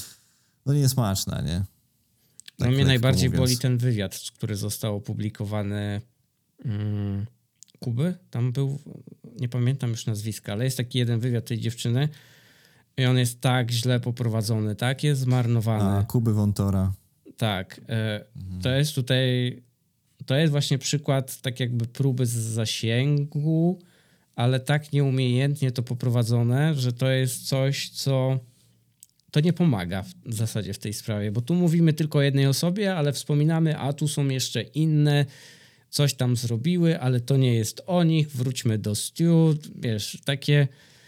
no nie jest smaczna, nie? No Tak mnie lekko najbardziej mówiąc. boli ten wywiad, który został opublikowany mm, Kuby. Tam był, nie pamiętam już nazwiska, ale jest taki jeden wywiad tej dziewczyny i on jest tak źle poprowadzony, tak jest zmarnowany. A, Kuby Wątora. Tak. E, Mhm. To jest tutaj, to jest właśnie przykład tak jakby próby z zasięgu, ale tak nieumiejętnie to poprowadzone, że to jest coś, co to nie pomaga w, w zasadzie w tej sprawie, bo tu mówimy tylko o jednej osobie, ale wspominamy, a tu są jeszcze inne, coś tam zrobiły, ale to nie jest o nich, wróćmy do Stu, wiesz, takie...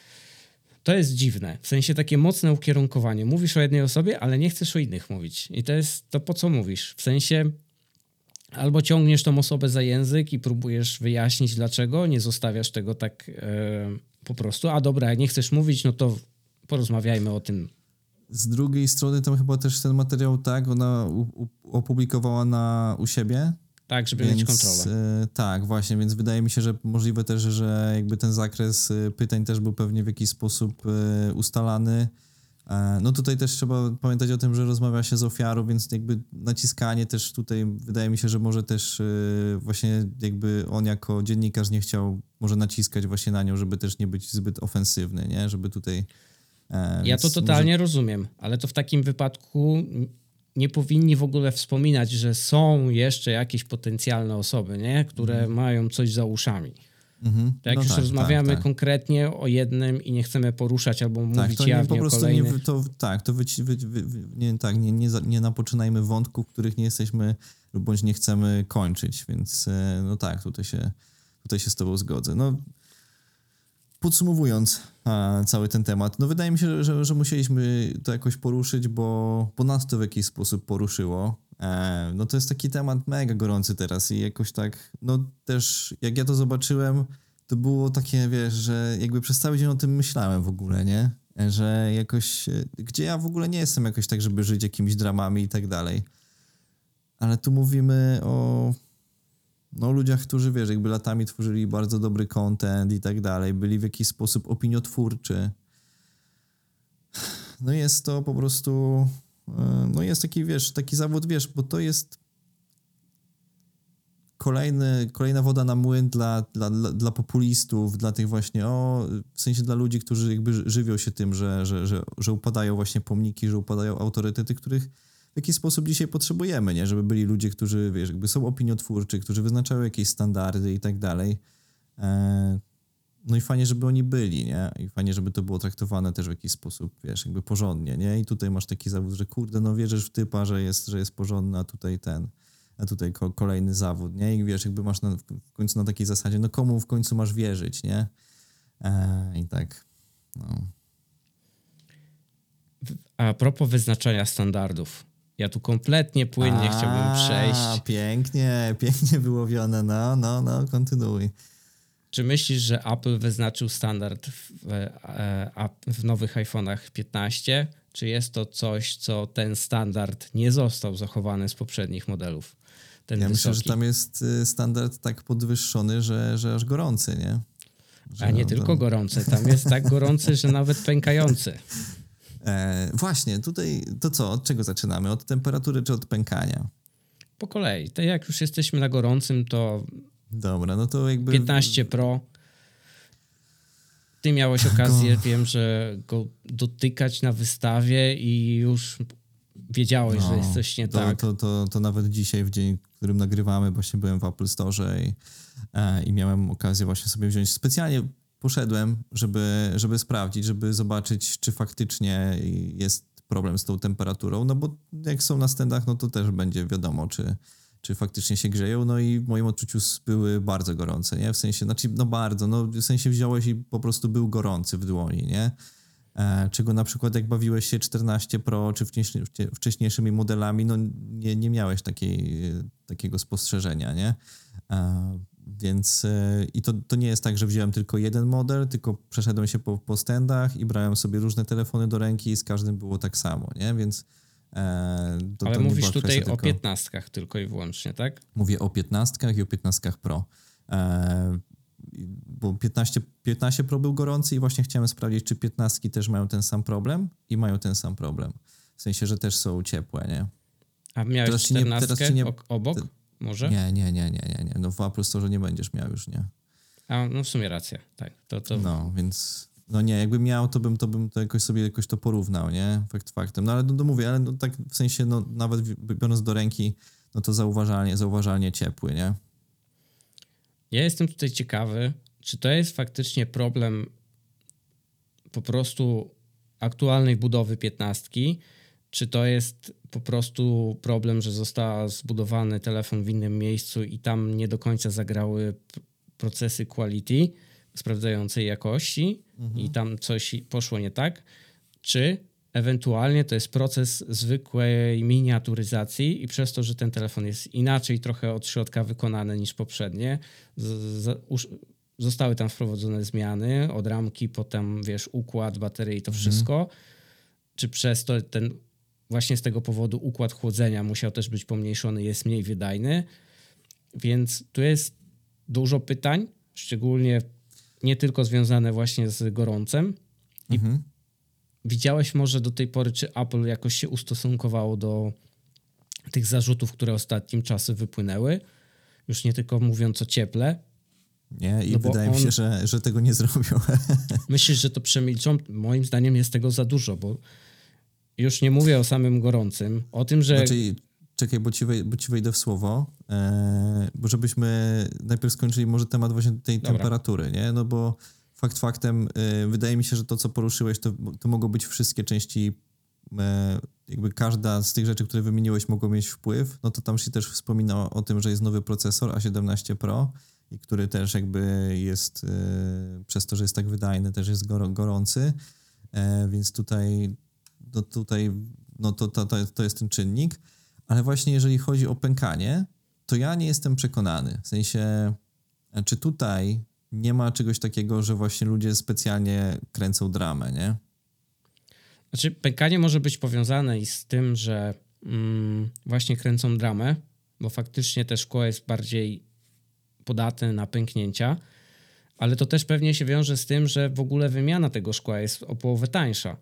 To jest dziwne, w sensie takie mocne ukierunkowanie. Mówisz o jednej osobie, ale nie chcesz o innych mówić. I to jest to, po co mówisz. W sensie albo ciągniesz tą osobę za język i próbujesz wyjaśnić dlaczego, nie zostawiasz tego tak e, po prostu. A dobra, jak nie chcesz mówić, no to porozmawiajmy o tym. Z drugiej strony tam chyba też ten materiał, tak, ona u, u, opublikowała na, u siebie. Tak, żeby Więc, mieć kontrolę. e, tak, właśnie, więc wydaje mi się, że możliwe też, że jakby ten zakres e, pytań też był pewnie w jakiś sposób e, ustalany. E, no tutaj też trzeba pamiętać o tym, że rozmawia się z ofiarą, więc jakby naciskanie też tutaj wydaje mi się, że może też e, właśnie jakby on jako dziennikarz nie chciał może naciskać właśnie na nią, żeby też nie być zbyt ofensywny, nie? Żeby tutaj... E, Ja to więc totalnie może... rozumiem, ale to w takim wypadku nie powinni w ogóle wspominać, że są jeszcze jakieś potencjalne osoby, nie? Które Mhm. mają coś za uszami. Mhm. To jak No już tak, rozmawiamy tak, tak. konkretnie o jednym i nie chcemy poruszać albo Tak, mówić to nie, jawnie po prostu o kolejnych... nie, to, tak, to wyci, wy, wy, wy, nie, tak, nie, nie, za- nie napoczynajmy wątków, których nie jesteśmy lub bądź nie chcemy kończyć, więc e, no tak, tutaj się, tutaj się z tobą zgodzę. No, podsumowując a, cały ten temat, no wydaje mi się, że, że, że musieliśmy to jakoś poruszyć, bo, bo nas to w jakiś sposób poruszyło. E, no to jest taki temat mega gorący teraz i jakoś tak, no też jak ja to zobaczyłem, to było takie, wiesz, że jakby przez cały dzień o tym myślałem w ogóle, nie? Że jakoś, e, gdzie ja w ogóle nie jestem jakoś tak, żeby żyć jakimiś dramami i tak dalej. Ale tu mówimy o no, ludziach, którzy, wiesz, jakby latami tworzyli bardzo dobry content i tak dalej, byli w jakiś sposób opiniotwórczy. No jest to po prostu, e, no jest taki, wiesz, taki zawód, wiesz, bo to jest kolejny, kolejna woda na młyn dla, dla, dla, dla populistów, dla tych właśnie, o, w sensie dla ludzi, którzy jakby ży- żywią się tym, że, że, że, że upadają właśnie pomniki, że upadają autorytety, których w jakiś sposób dzisiaj potrzebujemy, nie? Żeby byli ludzie, którzy, wiesz, jakby są opiniotwórczy, którzy wyznaczają jakieś standardy i tak dalej. E, no i fajnie, żeby oni byli, nie? I fajnie, żeby to było traktowane też w jakiś sposób, wiesz, jakby porządnie, nie? I tutaj masz taki zawód, że kurde, no wierzysz w typa, że jest, że jest porządny, a tutaj ten, a tutaj ko- kolejny zawód, nie? I wiesz, jakby masz na, w końcu na takiej zasadzie, no komu w końcu masz wierzyć, nie? E, I tak, no. A propos wyznaczania standardów. Ja tu kompletnie płynnie A, chciałbym przejść. Pięknie, pięknie wyłowione, no, no, no, kontynuuj. Czy myślisz, że Apple wyznaczył standard w, w, w nowych iPhone'ach piętnaście? Czy jest to coś, co ten standard nie został zachowany z poprzednich modelów? Ten Ja wysoki. myślę, że tam jest y, standard tak podwyższony, że, że aż gorący, nie? Że A nie no, tylko tam... gorący, tam jest tak gorący, że nawet pękający. E, właśnie, tutaj to co? Od czego zaczynamy? Od temperatury czy od pękania? Po kolei. To jak już jesteśmy na gorącym, to Dobra, no to jakby... piętnaście Pro. Ty miałeś okazję, Go... wiem, że go dotykać na wystawie i już wiedziałeś, no, że jest coś nie to, tak. To, to, to nawet dzisiaj, w dzień, w którym nagrywamy, właśnie byłem w Apple Store i, e, i miałem okazję właśnie sobie wziąć. Specjalnie poszedłem, żeby, żeby sprawdzić, żeby zobaczyć, czy faktycznie jest problem z tą temperaturą, no bo jak są na standach, no to też będzie wiadomo, czy, czy faktycznie się grzeją, no i w moim odczuciu były bardzo gorące, nie? W sensie, znaczy, no bardzo, no w sensie wziąłeś i po prostu był gorący w dłoni, nie? E, czego na przykład jak bawiłeś się czternaście Pro czy wcześniej, wcześniejszymi modelami, no nie, nie miałeś takiej, takiego spostrzeżenia, nie? E, więc e, i to, to nie jest tak, że wziąłem tylko jeden model, tylko przeszedłem się po, po standach i brałem sobie różne telefony do ręki i z każdym było tak samo, nie? Więc e, to, Ale to nie mówisz była tutaj kwestia o tylko... piętnastkach tylko i wyłącznie, tak? Mówię o piętnastkach i o piętnastkach Pro. E, bo piętnaście, piętnaście Pro był gorący i właśnie chciałem sprawdzić, czy piętnastki też mają ten sam problem i mają ten sam problem. W sensie, że też są ciepłe, nie? A miałeś Teraz ci nie- teraz czternastkę ci nie- ok- obok? te- Może? Nie, nie, nie, nie, nie, nie. No w Apple Store nie będziesz miał już, nie? A, no w sumie racja, tak. To, to... No, więc... No nie, jakbym miał, to bym to, bym to jakoś sobie jakoś to porównał, nie? Fakt faktem. No ale no, to mówię, ale no, tak w sensie, no nawet w- biorąc do ręki, no to zauważalnie, zauważalnie ciepły, nie? Ja jestem tutaj ciekawy, czy to jest faktycznie problem po prostu aktualnej budowy piętnastki, czy to jest po prostu problem, że został zbudowany telefon w innym miejscu i tam nie do końca zagrały p- procesy quality sprawdzającej jakości Mhm. i tam coś poszło nie tak, czy ewentualnie to jest proces zwykłej miniaturyzacji i przez to, że ten telefon jest inaczej trochę od środka wykonany niż poprzednie, z, z, uż, zostały tam wprowadzone zmiany od ramki, potem wiesz, układ, baterii i to wszystko, czy przez to ten właśnie z tego powodu układ chłodzenia musiał też być pomniejszony, jest mniej wydajny, więc tu jest dużo pytań, szczególnie nie tylko związane właśnie z gorącem. I Mhm. widziałeś może do tej pory, czy Apple jakoś się ustosunkowało do tych zarzutów, które ostatnim czasem wypłynęły, już nie tylko mówiąc o cieple. Nie, i No bo wydaje mi on- się, że, że tego nie zrobią. Myślisz, że to przemilczą? Moim zdaniem jest tego za dużo, bo już nie mówię o samym gorącym, o tym, że Znaczy, czekaj, bo ci, wej, bo ci wejdę w słowo, e, bo żebyśmy najpierw skończyli może temat właśnie tej Dobra. temperatury, nie? No bo fakt faktem, e, wydaje mi się, że to, co poruszyłeś, to, to mogą być wszystkie części, e, jakby każda z tych rzeczy, które wymieniłeś, mogą mieć wpływ. No to tam się też wspomina o, o tym, że jest nowy procesor A siedemnaście Pro, i który też jakby jest, e, przez to, że jest tak wydajny, też jest gor- gorący, e, więc tutaj, no tutaj no to, to, to, to jest ten czynnik. Ale właśnie jeżeli chodzi o pękanie, to ja nie jestem przekonany. W sensie, czy tutaj nie ma czegoś takiego, że właśnie ludzie specjalnie kręcą dramę, nie? Znaczy, pękanie może być powiązane i z tym, że mm, właśnie kręcą dramę, bo faktycznie te szkło jest bardziej podatne na pęknięcia, ale to też pewnie się wiąże z tym, że w ogóle wymiana tego szkła jest o połowę tańsza,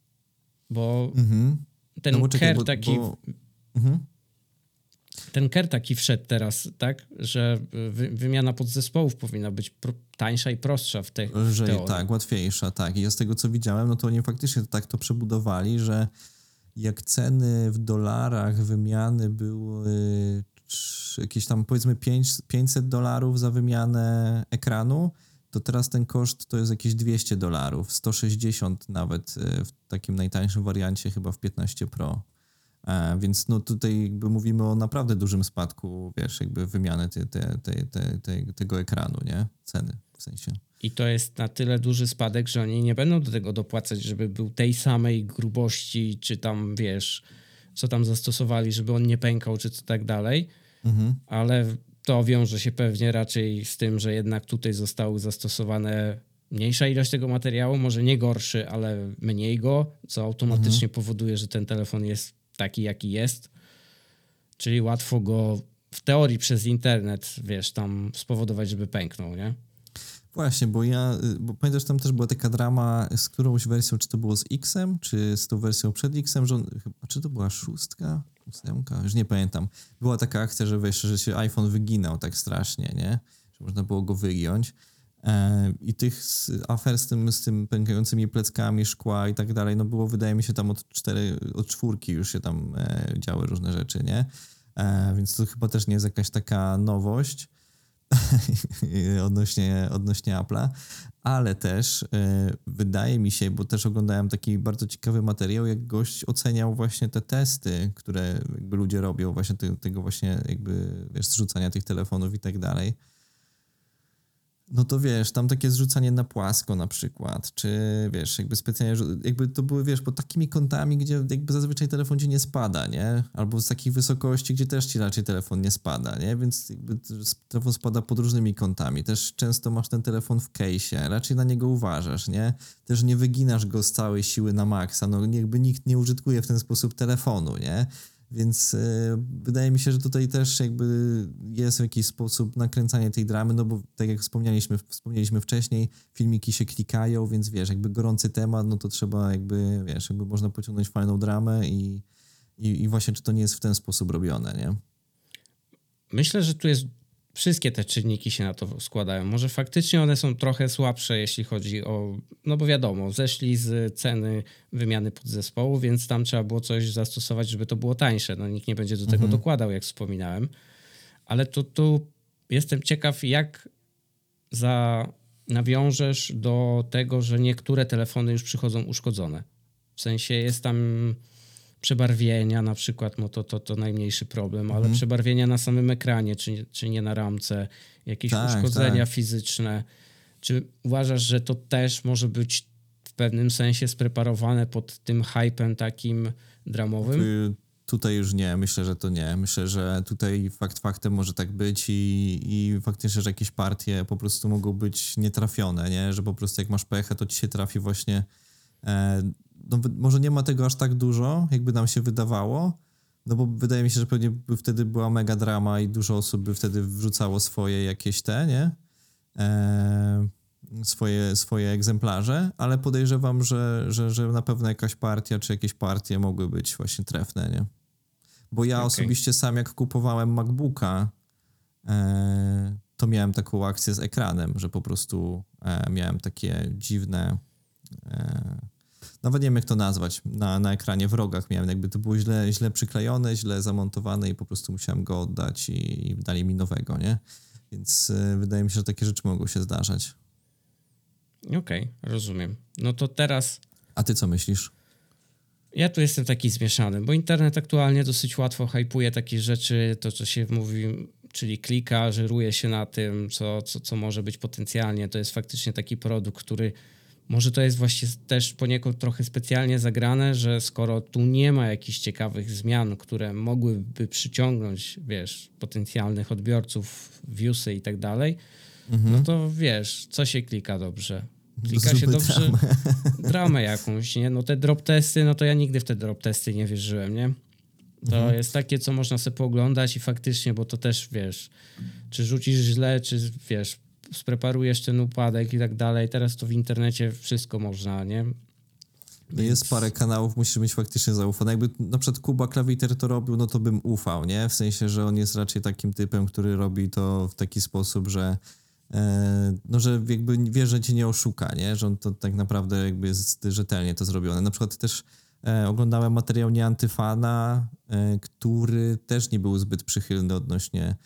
bo Mhm. ten No bo czekaj, ker bo- taki... bo- Mhm. Ten ker taki wszedł teraz, tak, że wy, wymiana podzespołów powinna być pro, tańsza i prostsza w, te, w Lżej, teorii. tak, łatwiejsza, tak. I ja z tego, co widziałem, no to oni faktycznie tak to przebudowali, że jak ceny w dolarach wymiany były trz- jakieś tam powiedzmy pięć pięćset dolarów za wymianę ekranu, to teraz ten koszt to jest jakieś dwieście dolarów, sto sześćdziesiąt nawet y, w takim najtańszym wariancie chyba w piętnaście Pro. E, więc no tutaj jakby mówimy o naprawdę dużym spadku, wiesz, jakby wymiany te, te, te, te, te, tego ekranu, nie? Ceny w sensie. I to jest na tyle duży spadek, że oni nie będą do tego dopłacać, żeby był tej samej grubości, czy tam, wiesz, co tam zastosowali, żeby on nie pękał, czy co tak dalej. Mhm. Ale to wiąże się pewnie raczej z tym, że jednak tutaj zostały zastosowane mniejsza ilość tego materiału, może nie gorszy, ale mniej go, co automatycznie mhm. powoduje, że ten telefon jest taki, jaki jest. Czyli łatwo go w teorii przez internet, wiesz, tam spowodować, żeby pęknął, nie? Właśnie, bo ja, bo pamiętasz, tam też była taka drama z którąś wersją, czy to było z X-em, czy z tą wersją przed X-em, że on, a czy to była szóstka, ósemka, już nie pamiętam. Była taka akcja, że wiesz, że się iPhone wyginał tak strasznie, nie? Że można było go wygiąć. E, I tych z, afer z tym, z tym pękającymi pleckami, szkła i tak dalej, no było, wydaje mi się, tam od cztery, od czwórki już się tam e, działy różne rzeczy, nie? E, więc to chyba też nie jest jakaś taka nowość. odnośnie, odnośnie Apple'a, ale też y, wydaje mi się, bo też oglądałem taki bardzo ciekawy materiał, jak gość oceniał właśnie te testy, które jakby ludzie robią, właśnie te, tego właśnie jakby, wiesz, zrzucania tych telefonów i tak dalej. No to wiesz, tam takie zrzucanie na płasko na przykład, czy wiesz, jakby specjalnie, jakby to były, wiesz, pod takimi kątami, gdzie jakby zazwyczaj telefon ci nie spada, nie? Albo z takich wysokości, gdzie też ci raczej telefon nie spada, nie? Więc jakby telefon spada pod różnymi kątami. Też często masz ten telefon w case'ie, raczej na niego uważasz, nie? Też nie wyginasz go z całej siły na maksa, no jakby nikt nie użytkuje w ten sposób telefonu, nie? Więc y, wydaje mi się, że tutaj też jakby jest jakiś sposób nakręcania tej dramy, no bo tak jak wspomnieliśmy, wspomnieliśmy wcześniej, filmiki się klikają, więc wiesz, jakby gorący temat, no to trzeba jakby, wiesz, jakby można pociągnąć fajną dramę i, i, i właśnie czy to nie jest w ten sposób robione, nie? Myślę, że tu jest wszystkie te czynniki się na to składają. Może faktycznie one są trochę słabsze, jeśli chodzi o... No bo wiadomo, zeszli z ceny wymiany podzespołu, więc tam trzeba było coś zastosować, żeby to było tańsze. No nikt nie będzie do tego mhm. dokładał, jak wspominałem. Ale tu, tu jestem ciekaw, jak za... nawiążesz do tego, że niektóre telefony już przychodzą uszkodzone. W sensie jest tam... przebarwienia na przykład, no to, to, to najmniejszy problem, ale mhm. przebarwienia na samym ekranie, czy, czy nie na ramce, jakieś tak, uszkodzenia tak. fizyczne. Czy uważasz, że to też może być w pewnym sensie spreparowane pod tym hypem takim dramowym? Tu, tutaj już nie, myślę, że to nie. Myślę, że tutaj fakt faktem może tak być i, i faktycznie, że jakieś partie po prostu mogą być nietrafione, nie? Że po prostu jak masz pechę, to ci się trafi właśnie e, no, może nie ma tego aż tak dużo, jakby nam się wydawało, no bo wydaje mi się, że pewnie by wtedy była mega drama i dużo osób by wtedy wrzucało swoje jakieś te, nie? E, swoje, swoje egzemplarze, ale podejrzewam, że, że, że na pewno jakaś partia czy jakieś partie mogły być właśnie trefne, nie? Bo ja okay. osobiście sam jak kupowałem MacBooka, e, to miałem taką akcję z ekranem, że po prostu e, miałem takie dziwne... E, Nawet nie wiem, jak to nazwać. Na, na ekranie w rogach miałem, jakby to było źle, źle przyklejone, źle zamontowane i po prostu musiałem go oddać i, i dali mi nowego, nie? Więc y, wydaje mi się, że takie rzeczy mogą się zdarzać. Okej, okay, rozumiem. No to teraz... A ty co myślisz? Ja tu jestem taki zmieszany, bo internet aktualnie dosyć łatwo hypuje takie rzeczy, to co się mówi, czyli klika, żyruje się na tym, co, co, co może być potencjalnie. To jest faktycznie taki produkt, który... Może to jest właśnie też poniekąd trochę specjalnie zagrane, że skoro tu nie ma jakichś ciekawych zmian, które mogłyby przyciągnąć, wiesz, potencjalnych odbiorców, viewsy i tak dalej, mhm. no to wiesz, co się klika dobrze? Klika Zróbmy się dobrze dramę. dramę jakąś, nie? No te drop testy, no to ja nigdy w te drop testy nie wierzyłem, nie? To mhm. jest takie, co można sobie pooglądać i faktycznie, bo to też, wiesz, czy rzucisz źle, czy wiesz, spreparujesz ten upadek i tak dalej. Teraz to w internecie wszystko można, nie? No Więc... Jest parę kanałów, musisz mieć faktycznie zaufane. Jakby na przykład Kuba Klawiter to robił, no to bym ufał, nie? W sensie, że on jest raczej takim typem, który robi to w taki sposób, że e, no, że jakby wie, że cię nie oszuka, nie? Że on to tak naprawdę jakby jest rzetelnie to zrobione. Na przykład też e, oglądałem materiał Nieantyfana, e, który też nie był zbyt przychylny odnośnie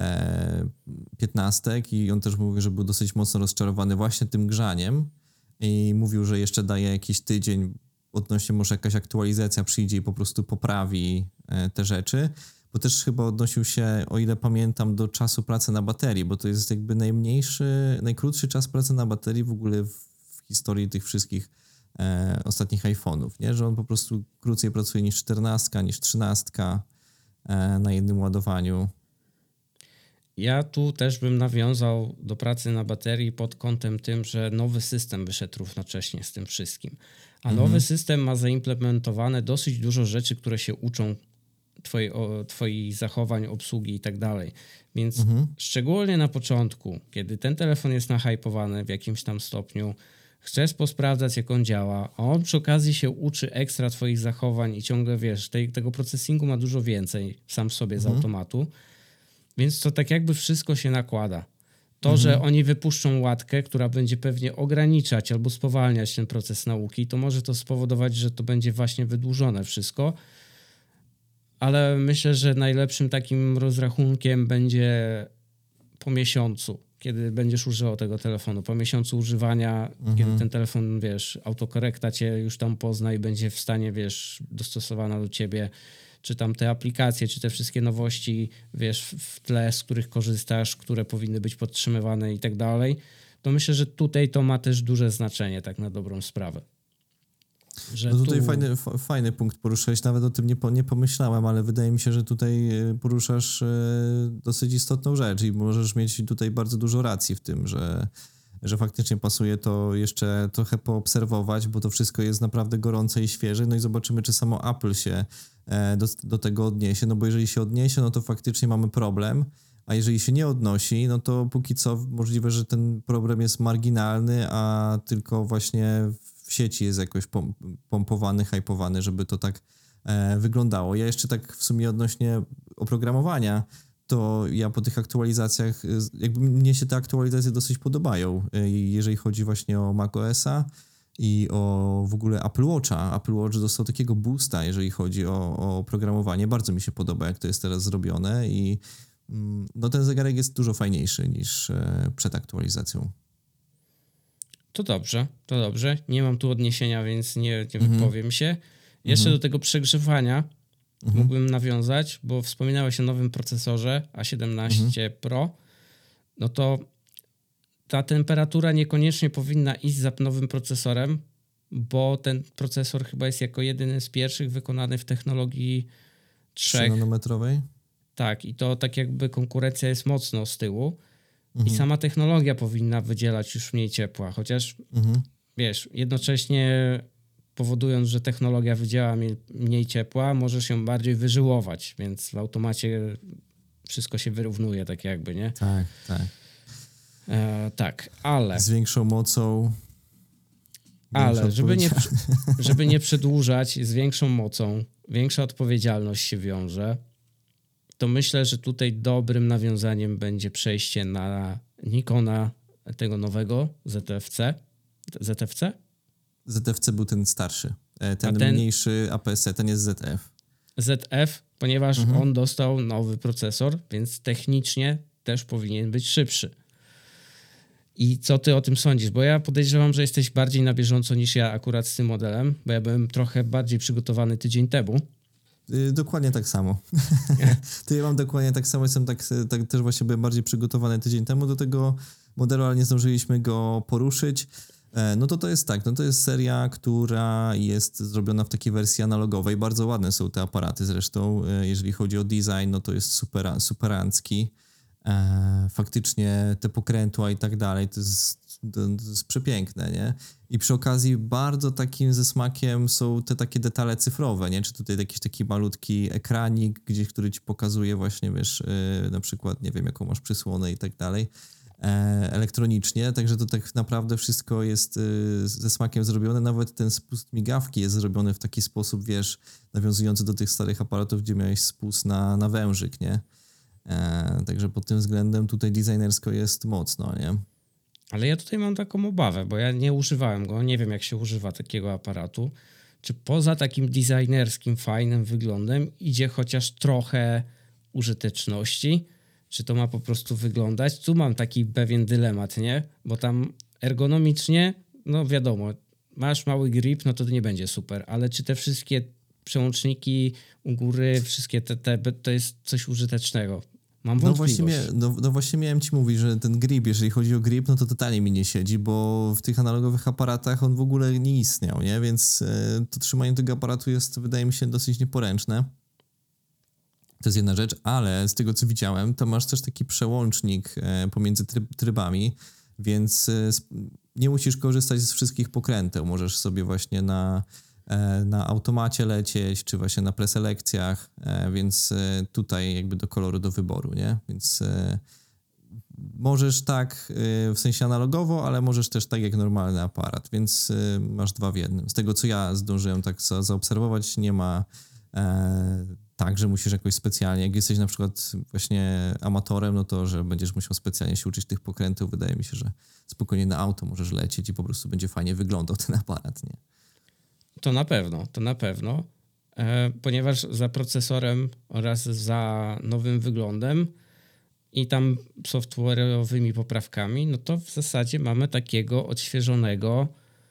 piętnastek i on też mówił, że był dosyć mocno rozczarowany właśnie tym grzaniem i mówił, że jeszcze daje jakiś tydzień odnośnie może jakaś aktualizacja przyjdzie i po prostu poprawi te rzeczy, bo też chyba odnosił się, o ile pamiętam, do czasu pracy na baterii, bo to jest jakby najmniejszy, najkrótszy czas pracy na baterii w ogóle w, w historii tych wszystkich e, ostatnich iPhone'ów, nie? Że on po prostu krócej pracuje niż czternastka, niż trzynastka e, na jednym ładowaniu. Ja tu też bym nawiązał do pracy na baterii pod kątem tym, że nowy system wyszedł równocześnie z tym wszystkim. A Mhm. nowy system ma zaimplementowane dosyć dużo rzeczy, które się uczą twojej, o, twoich zachowań, obsługi i tak dalej. Więc Mhm. szczególnie na początku, kiedy ten telefon jest nahypowany w jakimś tam stopniu, chcesz posprawdzać, jak on działa, a on przy okazji się uczy ekstra twoich zachowań i ciągle, wiesz, tej, tego processingu ma dużo więcej sam w sobie z Mhm. automatu, więc to tak jakby wszystko się nakłada. To, Mhm. że oni wypuszczą łatkę, która będzie pewnie ograniczać albo spowalniać ten proces nauki, to może to spowodować, że to będzie właśnie wydłużone wszystko, ale myślę, że najlepszym takim rozrachunkiem będzie po miesiącu, kiedy będziesz używał tego telefonu. Po miesiącu używania, Mhm. kiedy ten telefon, wiesz, autokorekta cię już tam pozna i będzie w stanie, wiesz, dostosowana do ciebie, czy tam te aplikacje, czy te wszystkie nowości, wiesz, w tle, z których korzystasz, które powinny być podtrzymywane i tak dalej, to myślę, że tutaj to ma też duże znaczenie, tak na dobrą sprawę. Że No tutaj tu... fajny, f- fajny punkt poruszyłeś, nawet o tym nie, po, nie pomyślałem, ale wydaje mi się, że tutaj e, poruszasz e, dosyć istotną rzecz i możesz mieć tutaj bardzo dużo racji w tym, że, że faktycznie pasuje to jeszcze trochę poobserwować, bo to wszystko jest naprawdę gorące i świeże, no i zobaczymy, czy samo Apple się e, do, do tego odniesie, no bo jeżeli się odniesie, no to faktycznie mamy problem, a jeżeli się nie odnosi, no to póki co możliwe, że ten problem jest marginalny, a tylko właśnie w sieci jest jakoś pom- pompowany, hypowany, żeby to tak e, wyglądało. Ja jeszcze tak w sumie odnośnie oprogramowania, to ja po tych aktualizacjach, e, jakby mnie się te aktualizacje dosyć podobają, e, jeżeli chodzi właśnie o macOSa i o w ogóle Apple Watcha. Apple Watch dostał takiego boosta, jeżeli chodzi o, o oprogramowanie. Bardzo mi się podoba, jak to jest teraz zrobione i mm, no ten zegarek jest dużo fajniejszy niż e, przed aktualizacją. To dobrze, to dobrze. Nie mam tu odniesienia, więc nie, nie Mhm. wypowiem się. Jeszcze Mhm. do tego przegrzewania Mhm. mógłbym nawiązać, bo wspominałeś o nowym procesorze A siedemnaście Pro. No to ta temperatura niekoniecznie powinna iść za nowym procesorem, bo ten procesor chyba jest jako jedyny z pierwszych wykonany w technologii trzy trzech. nanometrowej? Tak, i to tak jakby konkurencja jest mocno z tyłu Mhm. i sama technologia powinna wydzielać już mniej ciepła, chociaż Mhm. wiesz, jednocześnie powodując, że technologia wydziela mniej, mniej ciepła, możesz ją bardziej wyżyłować, więc w automacie wszystko się wyrównuje tak jakby, nie? Tak, tak. E, tak, ale, Z większą mocą. ale większa żeby nie, odpowiedzialność. żeby nie przedłużać, z większą mocą, większa odpowiedzialność się wiąże, to myślę, że tutaj dobrym nawiązaniem będzie przejście na Nikona tego nowego Z F C. Z F C? Z F C był ten starszy. E, Ten, A ten- mniejszy A P S C, ten jest Z F. Z F, ponieważ Mhm. on dostał nowy procesor, więc technicznie też powinien być szybszy. I co ty o tym sądzisz? Bo ja podejrzewam, że jesteś bardziej na bieżąco niż ja akurat z tym modelem, bo ja byłem trochę bardziej przygotowany tydzień temu. Y, Dokładnie tak samo. To ja mam dokładnie tak samo. Jestem tak, tak też właśnie byłem bardziej przygotowany tydzień temu do tego modelu, ale nie zdążyliśmy go poruszyć. E, No to to jest tak, no to jest seria, która jest zrobiona w takiej wersji analogowej. Bardzo ładne są te aparaty zresztą. E, Jeżeli chodzi o design, no to jest super, superancki. E, Faktycznie te pokrętła i tak dalej, to jest, to, to jest przepiękne, nie? I przy okazji bardzo takim ze smakiem są te takie detale cyfrowe, nie? Czy tutaj jakiś taki malutki ekranik gdzieś, który ci pokazuje właśnie, wiesz, yy, na przykład, nie wiem, jaką masz przysłonę i tak dalej, e, elektronicznie, także to tak naprawdę wszystko jest yy, ze smakiem zrobione, nawet ten spust migawki jest zrobiony w taki sposób, wiesz, nawiązujący do tych starych aparatów, gdzie miałeś spust na, na wężyk, nie? E, także pod tym względem tutaj designersko jest mocno, nie? Ale ja tutaj mam taką obawę, bo ja nie używałem go, nie wiem jak się używa takiego aparatu. Czy poza takim designerskim, fajnym wyglądem idzie chociaż trochę użyteczności? Czy to ma po prostu wyglądać? Tu mam taki pewien dylemat, nie? Bo tam ergonomicznie, no wiadomo, masz mały grip, no to nie będzie super, ale czy te wszystkie przełączniki u góry, wszystkie te, te to jest coś użytecznego? Mam No właśnie, wątpliwość. mia- no, no właśnie miałem ci mówić, że ten grip, jeżeli chodzi o grip, no to totalnie mi nie siedzi, bo w tych analogowych aparatach on w ogóle nie istniał, nie? Więc e, to trzymanie tego aparatu jest, wydaje mi się, dosyć nieporęczne. To jest jedna rzecz, ale z tego co widziałem, to masz też taki przełącznik e, pomiędzy tryb, trybami, więc e, nie musisz korzystać z wszystkich pokręteł. Możesz sobie właśnie na, e, na automacie lecieć, czy właśnie na preselekcjach, e, więc e, tutaj jakby do koloru do wyboru, nie? Więc e, możesz tak e, w sensie analogowo, ale możesz też tak jak normalny aparat, więc e, masz dwa w jednym. Z tego co ja zdążyłem tak za, zaobserwować, nie ma e, tak, że musisz jakoś specjalnie, jak jesteś na przykład właśnie amatorem, no to, że będziesz musiał specjalnie się uczyć tych pokrętów, wydaje mi się, że spokojnie na auto możesz lecieć i po prostu będzie fajnie wyglądał ten aparat, nie? To na pewno, to na pewno, e, ponieważ za procesorem oraz za nowym wyglądem i tam software'owymi poprawkami, no to w zasadzie mamy takiego odświeżonego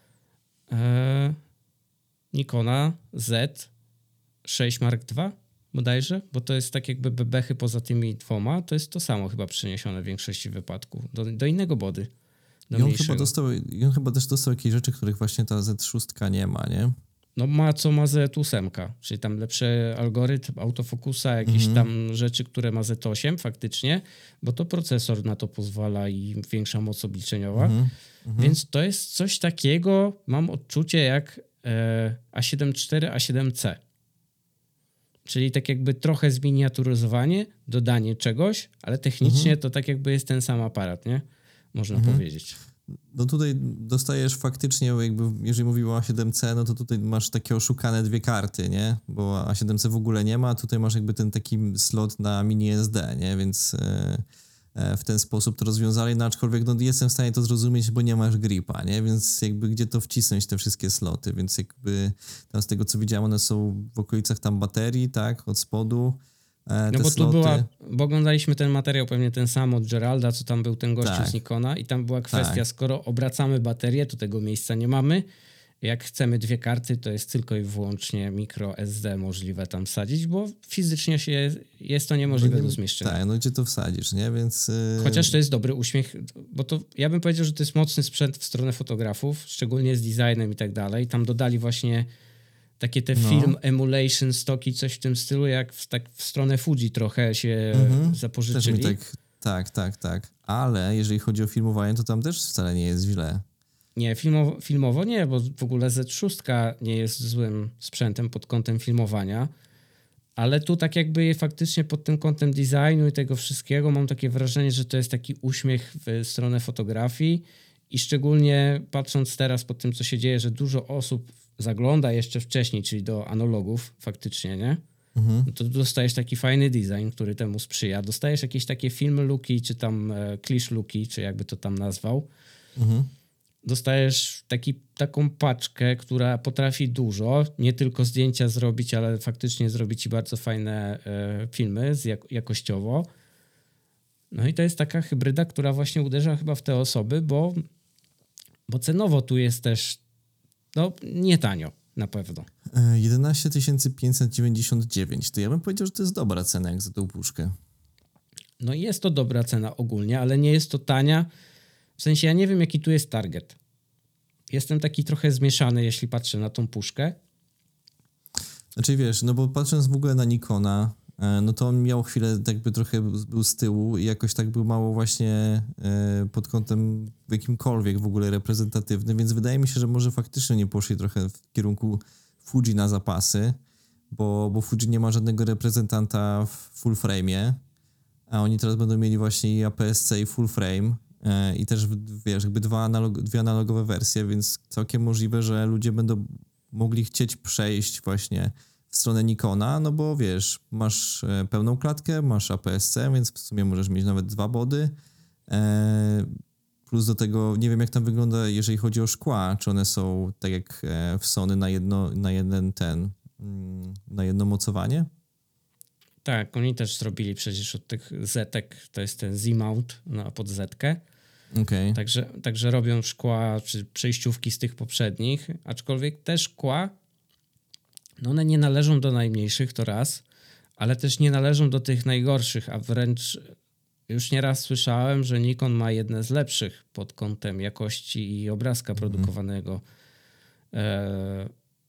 e, Nikona Z sześć Mark dwa bodajże, bo to jest tak jakby bebechy poza tymi dwoma, to jest to samo chyba przeniesione w większości wypadków do, do innego body. Do I on, mniejszego. chyba dostał, I on chyba też dostał jakieś rzeczy, których właśnie ta Z sześć nie ma, nie? No ma co ma Z osiem, czyli tam lepszy algorytm autofokusa, jakieś Mhm. tam rzeczy, które ma Z osiem faktycznie, bo to procesor na to pozwala i większa moc obliczeniowa. Mhm. Mhm. Więc to jest coś takiego, mam odczucie jak e, A siedem cztery, A siedem C. Czyli tak jakby trochę zminiaturyzowanie, dodanie czegoś, ale technicznie Mhm. to tak jakby jest ten sam aparat, nie? Można Mhm. powiedzieć. No tutaj dostajesz faktycznie, jakby jeżeli mówimy o A siedem C, no to tutaj masz takie oszukane dwie karty, nie? Bo A siedem C w ogóle nie ma, a tutaj masz jakby ten taki slot na mini S D, nie? Więc e, e, w ten sposób to rozwiązali, no aczkolwiek no, jestem w stanie to zrozumieć, bo nie masz gripa, nie? Więc jakby gdzie to wcisnąć te wszystkie sloty, więc jakby tam z tego co widziałem, one są w okolicach tam baterii, tak? Od spodu. E, No te bo sloty. tu była, bo oglądaliśmy ten materiał pewnie ten sam od Geralda, co tam był ten gościu Tak. z Nikona i tam była kwestia, Tak. skoro obracamy baterię, to tego miejsca nie mamy. Jak chcemy dwie karty, to jest tylko i wyłącznie micro S D możliwe tam wsadzić, bo fizycznie się jest to niemożliwe No nie- do zmieszczenia. Tak, no gdzie to wsadzisz, nie? Więc... e, Chociaż to jest dobry uśmiech, bo to ja bym powiedział, że to jest mocny sprzęt w stronę fotografów, szczególnie z designem i tak dalej. Tam dodali właśnie takie te No. film emulation stoki, coś w tym stylu, jak w, tak w stronę Fuji trochę się Mhm. Też zapożyczyli. mi tak, tak, tak, tak. Ale jeżeli chodzi o filmowanie, to tam też wcale nie jest źle. Nie, filmowo, filmowo nie, bo w ogóle Z sześć nie jest złym sprzętem pod kątem filmowania, ale tu tak jakby faktycznie pod tym kątem designu i tego wszystkiego mam takie wrażenie, że to jest taki uśmiech w stronę fotografii i szczególnie patrząc teraz po tym, co się dzieje, że dużo osób zagląda jeszcze wcześniej, czyli do analogów faktycznie, nie? Mhm. No to dostajesz taki fajny design, który temu sprzyja. Dostajesz jakieś takie film looki, czy tam e, cliché looki, czy jakby to tam nazwał. Mhm. Dostajesz taki, taką paczkę, która potrafi dużo, nie tylko zdjęcia zrobić, ale faktycznie zrobić ci bardzo fajne e, filmy z jak, jakościowo. No i to jest taka hybryda, która właśnie uderza chyba w te osoby, bo, bo cenowo tu jest też no, nie tanio na pewno. E, jedenaście tysięcy pięćset dziewięćdziesiąt dziewięć. To ja bym powiedział, że to jest dobra cena jak za tą puszkę. No i jest to dobra cena ogólnie, ale nie jest to tania. W sensie ja nie wiem, jaki tu jest target. Jestem taki trochę zmieszany, jeśli patrzę na tą puszkę. Znaczy wiesz, no bo patrząc w ogóle na Nikona, e, no to on miał chwilę jakby trochę był z tyłu i jakoś tak był mało właśnie e, pod kątem jakimkolwiek w ogóle reprezentatywny, więc wydaje mi się, że może faktycznie nie poszli trochę w kierunku Fuji na zapasy, bo, bo Fuji nie ma żadnego reprezentanta w full frame'ie, a oni teraz będą mieli właśnie i A P S C i full frame e, i też wiesz, jakby dwa analog, dwie analogowe wersje, więc całkiem możliwe, że ludzie będą mogli chcieć przejść właśnie w stronę Nikona, no bo wiesz, masz e, pełną klatkę, masz A P S C, więc w sumie możesz mieć nawet dwa body. E, plus do tego, nie wiem jak tam wygląda, jeżeli chodzi o szkła, czy one są tak jak e, w Sony na jedno, na jeden ten, mm, na jedno mocowanie? Tak, oni też zrobili przecież od tych zetek, to jest ten Z-mount na pod zetkę. Okej. Także, także robią szkła czy przejściówki z tych poprzednich, aczkolwiek te szkła, no one nie należą do najmniejszych, to raz, ale też nie należą do tych najgorszych, a wręcz już nieraz słyszałem, że Nikon ma jedne z lepszych pod kątem jakości i obrazka produkowanego e,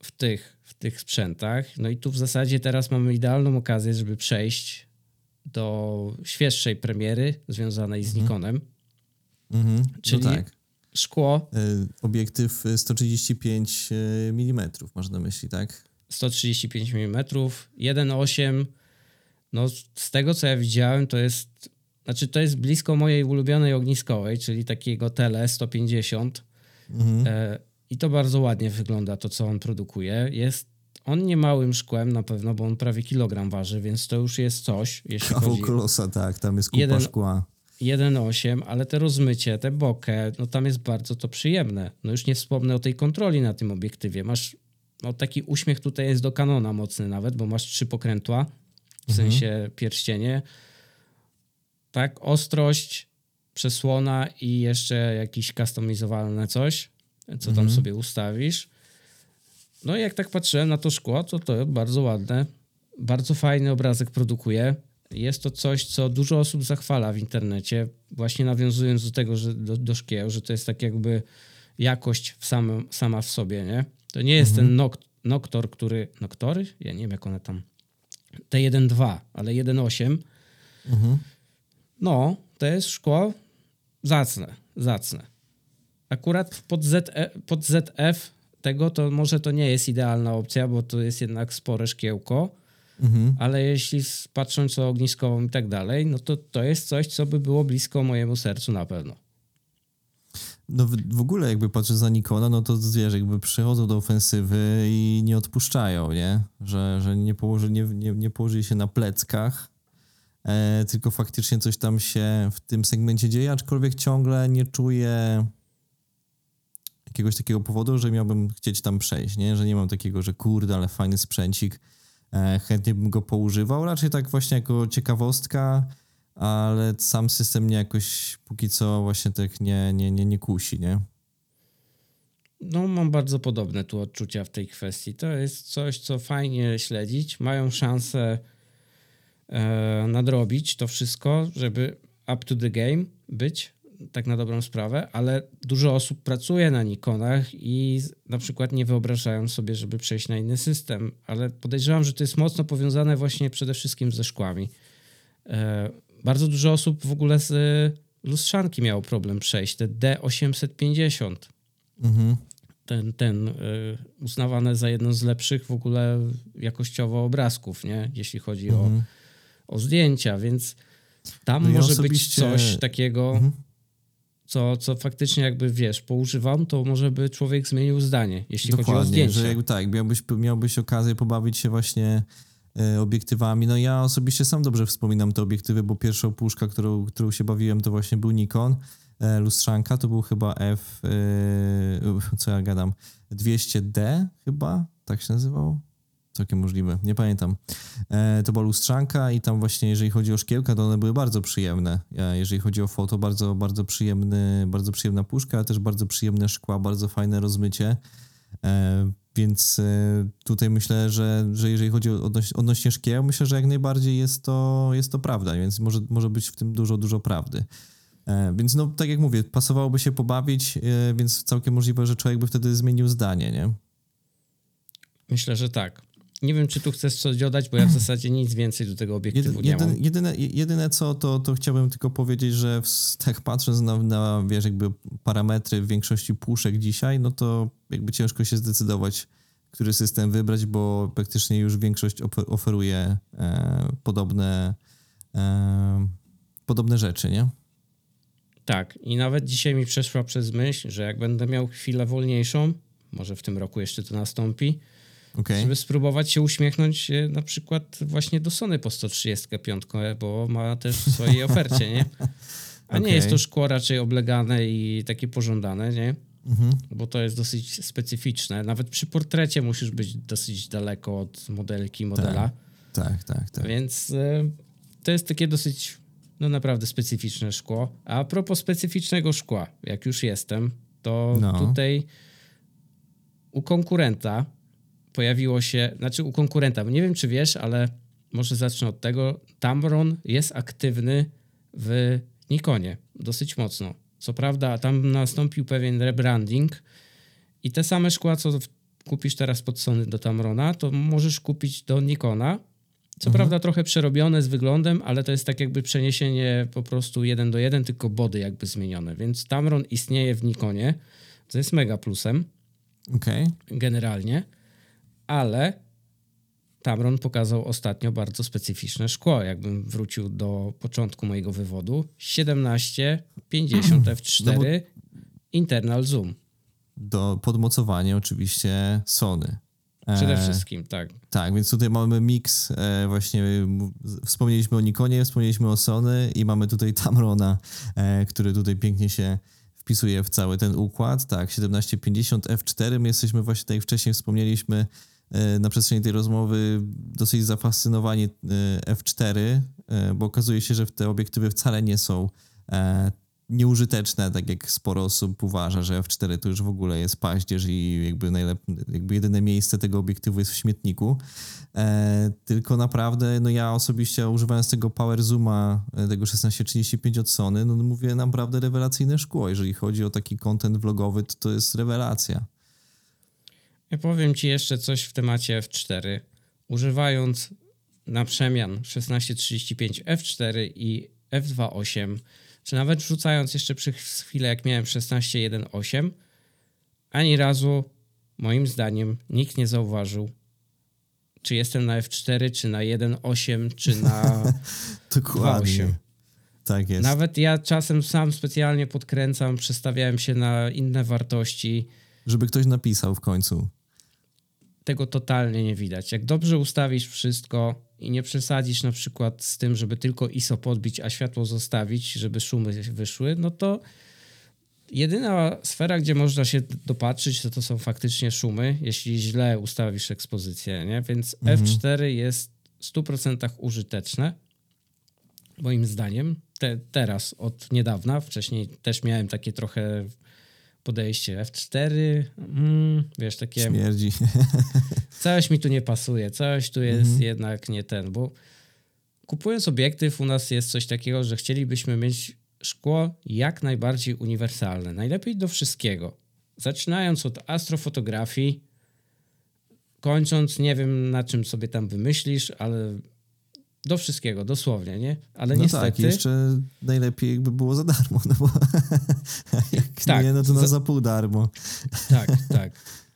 w tych, w tych sprzętach. No i tu w zasadzie teraz mamy idealną okazję, żeby przejść do świeższej premiery związanej z Nikonem. Mhm. Czyli no tak. szkło. Y, obiektyw sto trzydzieści pięć milimetrów masz na myśli, tak? sto trzydzieści pięć milimetrów, jeden przecinek osiem. No z tego co ja widziałem, to jest, znaczy to jest blisko mojej ulubionej ogniskowej, czyli takiego Tele sto pięćdziesiąt. Mhm. E, I to bardzo ładnie wygląda to, co on produkuje. Jest on nie małym szkłem na pewno, bo on prawie kilogram waży, więc to już jest coś, jeśli Kawał chodzi kolosa, tak, tam jest kupa Jeden- szkła. jeden przecinek osiem, ale te rozmycie, te bokeh, no tam jest bardzo to przyjemne. No już nie wspomnę o tej kontroli na tym obiektywie. Masz, no taki uśmiech tutaj jest do Canona mocny nawet, bo masz trzy pokrętła, w Mhm. sensie pierścienie. Tak, ostrość, przesłona i jeszcze jakieś customizowalne coś, co tam Mhm. sobie ustawisz. No i jak tak patrzyłem na to szkło, to to bardzo ładne. Bardzo fajny obrazek produkuje. Jest to coś, co dużo osób zachwala w internecie, właśnie nawiązując do tego, że do, do szkieł, że to jest tak jakby jakość w samym, sama w sobie, nie? To nie jest Mhm. ten nok- Noktor, który... Noktory? Ja nie wiem, jak one tam... Te jeden przecinek dwa, ale jeden przecinek osiem. Mhm. No, to jest szkło zacne, zacne. Akurat pod, Z E, pod Z F tego to może to nie jest idealna opcja, bo to jest jednak spore szkiełko, Mhm. ale jeśli s- patrząc o ogniskową i tak dalej, no to to jest coś, co by było blisko mojemu sercu na pewno. No w, w ogóle jakby patrzeć za Nikona, no to wiesz, jakby przychodzą do ofensywy i nie odpuszczają, nie? Że, że nie, położy, nie, nie, nie położyli się na pleckach, e, tylko faktycznie coś tam się w tym segmencie dzieje, aczkolwiek ciągle nie czuję jakiegoś takiego powodu, że miałbym chcieć tam przejść, nie? Że nie mam takiego, że kurde, ale fajny sprzęcik, e, chętnie bym go poużywał, raczej tak właśnie jako ciekawostka, ale sam system mnie jakoś póki co właśnie tak nie, nie, nie, nie kusi, nie? No, mam bardzo podobne tu odczucia w tej kwestii. To jest coś, co fajnie śledzić. Mają szansę e, nadrobić to wszystko, żeby up to the game być, tak na dobrą sprawę, ale dużo osób pracuje na Nikonach i z- na przykład nie wyobrażają sobie, żeby przejść na inny system, ale podejrzewam, że to jest mocno powiązane właśnie przede wszystkim ze szkłami. E, bardzo dużo osób w ogóle z e, lustrzanki miało problem przejść, te D osiemset pięćdziesiąt. Mhm. ten, ten y, uznawane za jedną z lepszych w ogóle jakościowo obrazków, nie? Jeśli chodzi Mhm. o, o zdjęcia, więc tam No ja może osobiście- być coś takiego, Mhm. co, co faktycznie jakby, wiesz, poużywam, to może by człowiek zmienił zdanie, jeśli chodzi o Dokładnie, zdjęcia. że jakby tak, miałbyś, miałbyś okazję pobawić się właśnie e, obiektywami. No ja osobiście sam dobrze wspominam te obiektywy, bo pierwsza puszka, którą, którą się bawiłem, to właśnie był Nikon. E, lustrzanka to był chyba F, e, co ja gadam, dwieście D chyba, tak się nazywało? Całkiem możliwe, nie pamiętam. E, to była lustrzanka i tam właśnie jeżeli chodzi o szkiełka, to one były bardzo przyjemne. E, jeżeli chodzi o foto, bardzo, bardzo przyjemny, bardzo przyjemna puszka, ale też bardzo przyjemne szkła, bardzo fajne rozmycie. E, więc e, tutaj myślę, że, że jeżeli chodzi o odnoś, odnośnie szkieł, myślę, że jak najbardziej jest to, jest to prawda, więc może, może być w tym dużo, dużo prawdy. E, więc no, tak jak mówię, pasowałoby się pobawić, e, więc całkiem możliwe, że człowiek by wtedy zmienił zdanie, nie? Myślę, że tak. Nie wiem, czy tu chcesz coś dodać, bo ja w zasadzie nic więcej do tego obiektywu Jedy, nie mam. jedyne, jedyne, jedyne co, to, to chciałbym tylko powiedzieć, że w, tak patrząc na, na, wiesz, jakby parametry w większości puszek dzisiaj, no to jakby ciężko się zdecydować, który system wybrać, bo praktycznie już większość ofer- oferuje e, podobne, e, podobne rzeczy, nie? Tak, i nawet dzisiaj mi przeszła przez myśl, że jak będę miał chwilę wolniejszą, może w tym roku jeszcze to nastąpi, Okej. żeby spróbować się uśmiechnąć e, na przykład właśnie do Sony po sto trzydzieści pięć, bo ma też w swojej ofercie, nie? A nie Okej. jest to szkło raczej oblegane i takie pożądane, nie? Mhm. Bo to jest dosyć specyficzne. Nawet przy portrecie musisz być dosyć daleko od modelki, modela. Tak, tak, tak. Więc e, to jest takie dosyć, no naprawdę specyficzne szkło. A propos specyficznego szkła, jak już jestem, to No. tutaj u konkurenta pojawiło się, znaczy u konkurenta, nie wiem czy wiesz, ale może zacznę od tego, Tamron jest aktywny w Nikonie dosyć mocno. Co prawda tam nastąpił pewien rebranding i te same szkła, co w, kupisz teraz pod Sony do Tamrona, to możesz kupić do Nikona. Co Mhm. prawda trochę przerobione z wyglądem, ale to jest tak jakby przeniesienie po prostu jeden do jeden, tylko body jakby zmienione. Więc Tamron istnieje w Nikonie, co jest mega plusem Okej. generalnie, ale Tamron pokazał ostatnio bardzo specyficzne szkło, jakbym wrócił do początku mojego wywodu. siedemnaście pięćdziesiąt F cztery internal zoom. Do podmocowania oczywiście Sony. Przede E, wszystkim, tak. Tak, więc tutaj mamy miks, e, właśnie m- wspomnieliśmy o Nikonie, wspomnieliśmy o Sony i mamy tutaj Tamrona, e, który tutaj pięknie się wpisuje w cały ten układ. Tak, siedemnaście pięćdziesiąt F cztery, my jesteśmy właśnie, tak jak wcześniej wspomnieliśmy e, na przestrzeni tej rozmowy, dosyć zafascynowani e, F cztery, e, bo okazuje się, że te obiektywy wcale nie są e, nieużyteczne, tak jak sporo osób uważa, że F cztery to już w ogóle jest paździerz i jakby, najlep- jakby jedyne miejsce tego obiektywu jest w śmietniku. E, tylko naprawdę, no ja osobiście używając tego Power Zooma, e, tego szesnaście trzydzieści pięć od Sony, no mówię naprawdę rewelacyjne szkło. Jeżeli chodzi o taki content vlogowy, to to jest rewelacja. Ja powiem ci jeszcze coś w temacie F cztery. Używając na przemian szesnaście trzydzieści pięć F cztery i F dwa osiem, czy nawet wrzucając jeszcze przez chwilę, jak miałem szesnaście jeden osiem, ani razu, moim zdaniem, nikt nie zauważył, czy jestem na F cztery, czy na jeden osiem, czy na dwa osiem. Tak jest. Nawet ja czasem sam specjalnie podkręcam, przestawiałem się na inne wartości. Żeby ktoś napisał w końcu. Tego totalnie nie widać. Jak dobrze ustawisz wszystko i nie przesadzisz na przykład z tym, żeby tylko I S O podbić, a światło zostawić, żeby szumy wyszły, no to jedyna sfera, gdzie można się dopatrzyć, to to są faktycznie szumy, jeśli źle ustawisz ekspozycję, nie? Więc Mhm. F cztery jest w stu procentach użyteczne, moim zdaniem. Te, teraz, od niedawna, wcześniej też miałem takie trochę podejście F cztery, mm, wiesz, takie Śmierdzi. coś mi tu nie pasuje, coś tu jest Mhm. jednak nie ten, bo kupując obiektyw u nas jest coś takiego, że chcielibyśmy mieć szkło jak najbardziej uniwersalne, najlepiej do wszystkiego. Zaczynając od astrofotografii, kończąc, nie wiem na czym sobie tam wymyślisz, ale do wszystkiego, dosłownie, nie? Ale No niestety... tak, jeszcze najlepiej jakby było za darmo, no bo jak Tak, nie, no to na za- za pół darmo. Tak, tak.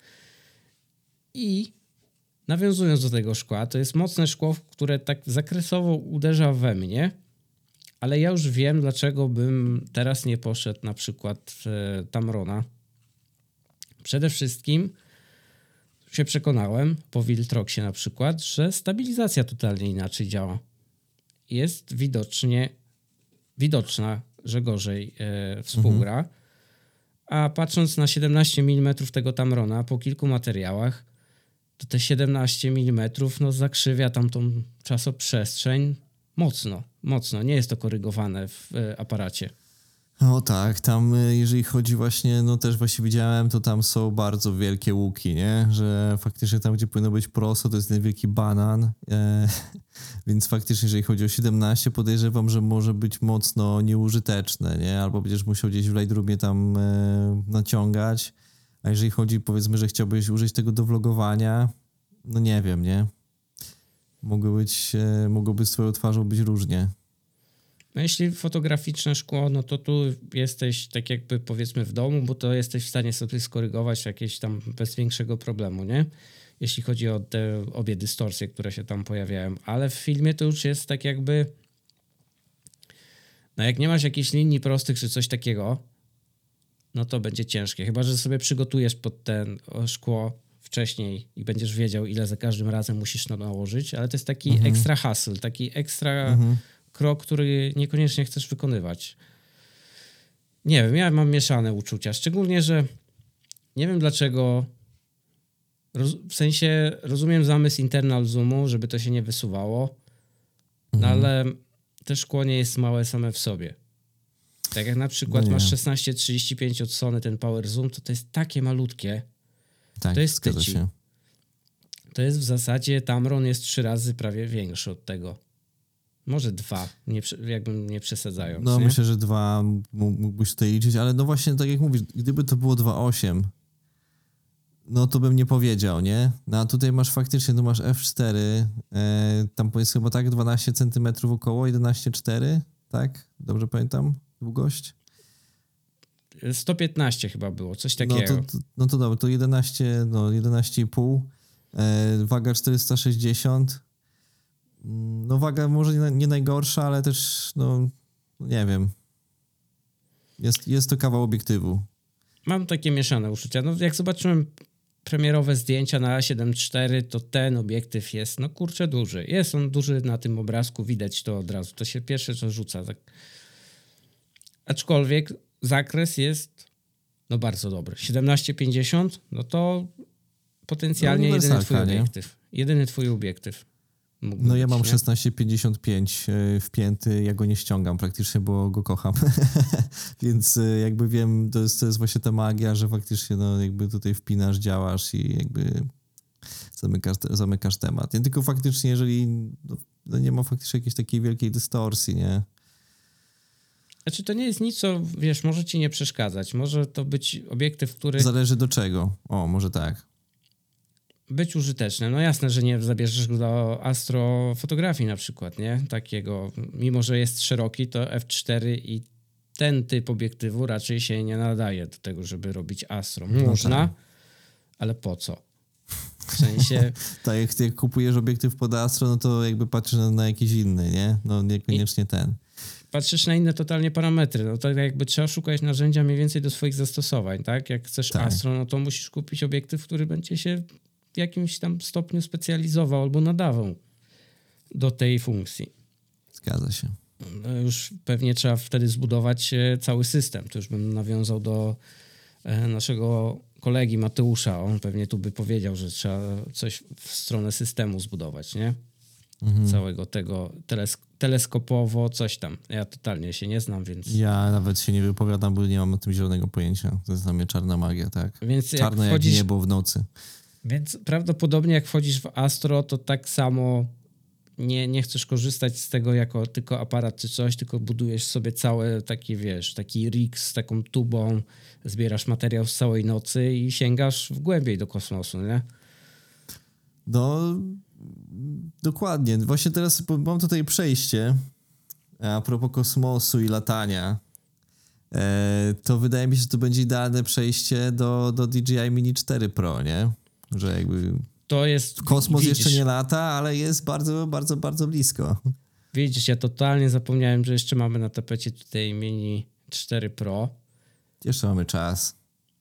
I nawiązując do tego szkła, to jest mocne szkło, które tak zakresowo uderza we mnie, ale ja już wiem, dlaczego bym teraz nie poszedł na przykład w Tamrona. Przede wszystkim się przekonałem po Viltroxie na przykład, że stabilizacja totalnie inaczej działa. Jest widocznie widoczna, że gorzej e, współgra. A patrząc na siedemnaście milimetrów tego Tamrona po kilku materiałach, to te siedemnaście milimetrów no, zakrzywia tam tą czasoprzestrzeń mocno, mocno. Nie jest to korygowane w e, aparacie. No tak, tam y, jeżeli chodzi właśnie, no też właśnie widziałem, to tam są bardzo wielkie łuki, nie? Że faktycznie tam, gdzie powinno być prosto, to jest ten wielki banan, e, więc faktycznie jeżeli chodzi o siedemnaście, podejrzewam, że może być mocno nieużyteczne, nie? Albo będziesz musiał gdzieś w Lightroomie tam e, naciągać, a jeżeli chodzi, powiedzmy, że chciałbyś użyć tego do vlogowania, no nie wiem, nie? Mogło być, e, mogłoby z twoją twarzą być różnie. No jeśli fotograficzne szkło, no to tu jesteś tak jakby powiedzmy w domu, bo to jesteś w stanie sobie skorygować jakieś tam bez większego problemu, nie? Jeśli chodzi o te obie dystorsje, które się tam pojawiają. Ale w filmie to już jest tak jakby... No jak nie masz jakichś linii prostych czy coś takiego, no to będzie ciężkie. Chyba że sobie przygotujesz pod ten szkło wcześniej i będziesz wiedział, ile za każdym razem musisz to nałożyć, ale to jest taki Mhm. ekstra hustle, taki ekstra... Mhm. krok, który niekoniecznie chcesz wykonywać. Nie wiem, ja mam mieszane uczucia. Szczególnie, że nie wiem dlaczego, roz, w sensie rozumiem zamysł internal zoomu, żeby to się nie wysuwało, no Mhm. ale te szkło nie jest małe same w sobie. Tak jak na przykład No nie. masz szesnaście trzydzieści pięć od Sony, ten Power Zoom, to to jest takie malutkie. Tak, To jest zgadza tyci. się. To jest w zasadzie, Tamron jest trzy razy prawie większy od tego. Może dwa, nie, prze- jakbym nie przesadzając. No nie? myślę, że dwa mógł- mógłbyś tutaj liczyć, ale no właśnie tak jak mówisz, gdyby to było dwa osiem, no to bym nie powiedział, nie? No a tutaj masz faktycznie, tu masz F cztery, e, tam jest chyba tak dwanaście centymetrów około, jedenaście przecinek cztery, tak? Dobrze pamiętam? Długość? sto piętnaście chyba było, coś No takiego. to, to, no to dobra, to jedenaście, no jedenaście i pół, e, waga czterysta sześćdziesiąt, no waga może nie, nie najgorsza, ale też, no nie wiem, jest, jest to kawał obiektywu. Mam takie mieszane uczucia. No jak zobaczyłem premierowe zdjęcia na A siedem przecinek cztery, to ten obiektyw jest, no kurczę, duży. Jest on duży na tym obrazku, widać to od razu. To się pierwsze co rzuca. Tak. Aczkolwiek zakres jest no bardzo dobry. siedemnaście pięćdziesiąt, no to potencjalnie No, jedyny twój nie? obiektyw. Jedyny twój obiektyw. mógłby No ja być, mam nie? szesnaście pięćdziesiąt pięć e, wpięty, ja go nie ściągam praktycznie, bo go kocham. Więc e, jakby wiem, to jest, to jest właśnie ta magia, że faktycznie no jakby tutaj wpinasz, działasz i jakby zamykasz, zamykasz temat. Nie tylko faktycznie, jeżeli no, no nie ma faktycznie jakiejś takiej wielkiej dystorsji, nie? Znaczy to nie jest nic, co wiesz, może ci nie przeszkadzać. Może to być obiektyw, który Zależy do czego. O, może tak. być użyteczny. No jasne, że nie zabierzesz go do astrofotografii na przykład, nie? Takiego, mimo że jest szeroki, to F cztery i ten typ obiektywu raczej się nie nadaje do tego, żeby robić astro. Można, tak. ale po co? W sensie... Tak, jak ty kupujesz obiektyw pod astro, no to jakby patrzysz na, na jakiś inny, nie? No niekoniecznie ten. Patrzysz na inne totalnie parametry. No to jakby trzeba szukać narzędzia mniej więcej do swoich zastosowań, tak? Jak chcesz Tak. astro, no to musisz kupić obiektyw, który będzie się w jakimś tam stopniu specjalizował albo nadawał do tej funkcji. Zgadza się. No już pewnie trzeba wtedy zbudować e, cały system. To już bym nawiązał do e, naszego kolegi Mateusza. On pewnie tu by powiedział, że trzeba coś w stronę systemu zbudować, nie? Mhm. Całego tego teles- teleskopowo, coś tam. Ja totalnie się nie znam, więc... Ja nawet się nie wypowiadam, bo nie mam o tym zielonego pojęcia. To jest dla mnie czarna magia, tak? Więc jak Czarne wchodzisz, jak niebo w nocy. Więc prawdopodobnie jak wchodzisz w Astro, to tak samo nie, nie chcesz korzystać z tego jako tylko aparat czy coś, tylko budujesz sobie cały taki, wiesz, taki rig z taką tubą, zbierasz materiał z całej nocy i sięgasz w głębiej do kosmosu, nie? No, dokładnie. Właśnie teraz mam tutaj przejście a propos kosmosu i latania. E, to wydaje mi się, że to będzie idealne przejście do, do D J I Mini cztery Pro, nie? Że jakby To jest... kosmos widzisz, jeszcze nie lata, ale jest bardzo, bardzo, bardzo blisko. Widzisz, ja totalnie zapomniałem, że jeszcze mamy na tapecie tutaj Mini cztery Pro. Jeszcze mamy czas.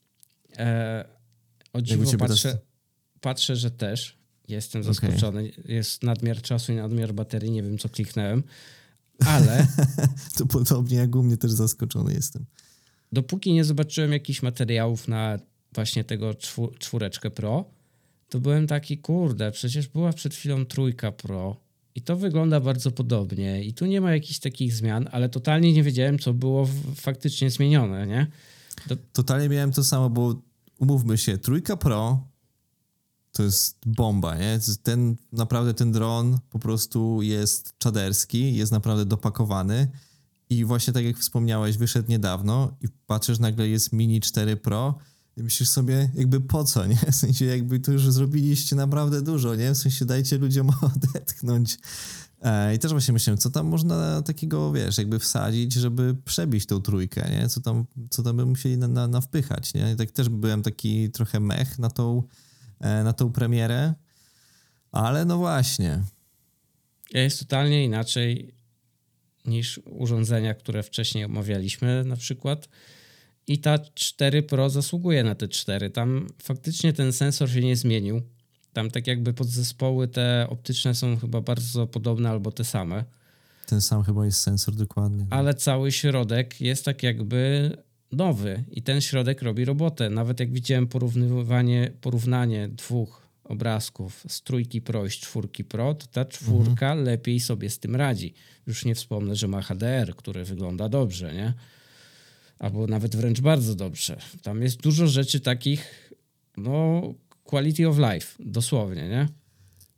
E, o Jakby dziwo ciebie patrzę, teraz- patrzę, że też. Jestem zaskoczony. Jest nadmiar czasu i nadmiar baterii. Nie wiem, co kliknąłem. Ale To podobnie jak u mnie też zaskoczony jestem. dopóki nie zobaczyłem jakichś materiałów na właśnie tego czwór- czwóreczkę Pro, to byłem taki, kurde, przecież była przed chwilą trójka Pro i to wygląda bardzo podobnie i tu nie ma jakichś takich zmian, ale totalnie nie wiedziałem, co było w- faktycznie zmienione, nie? To, Totalnie miałem to samo, bo umówmy się, trójka Pro to jest bomba, nie? Ten, naprawdę ten dron po prostu jest czaderski, jest naprawdę dopakowany i właśnie tak jak wspomniałeś, wyszedł niedawno i patrzysz, nagle jest Mini cztery Pro i myślisz sobie, jakby po co, nie? W sensie jakby to już zrobiliście naprawdę dużo, nie? W sensie dajcie ludziom odetchnąć. E, I też właśnie myślałem, co tam można takiego, wiesz, jakby wsadzić, żeby przebić tą trójkę, nie? Co tam, co tam by musieli na, na, nawpychać, nie? I tak też byłem taki trochę mech na tą na tą premierę, ale no właśnie. jest totalnie inaczej niż urządzenia, które wcześniej omawialiśmy na przykład. I ta cztery Pro zasługuje na te cztery. Tam faktycznie ten sensor się nie zmienił. Tam tak jakby podzespoły te optyczne są chyba bardzo podobne albo te same. Ten sam chyba jest sensor dokładnie. Ale cały środek jest tak jakby nowy i ten środek robi robotę. Nawet jak widziałem porównywanie, porównanie dwóch obrazków z trójki Pro i z czwórki Pro, to ta czwórka mhm. lepiej sobie z tym radzi. Już nie wspomnę, że ma H D R, który wygląda dobrze, nie? Albo nawet wręcz bardzo dobrze. Tam jest dużo rzeczy takich, no, quality of life, dosłownie, nie?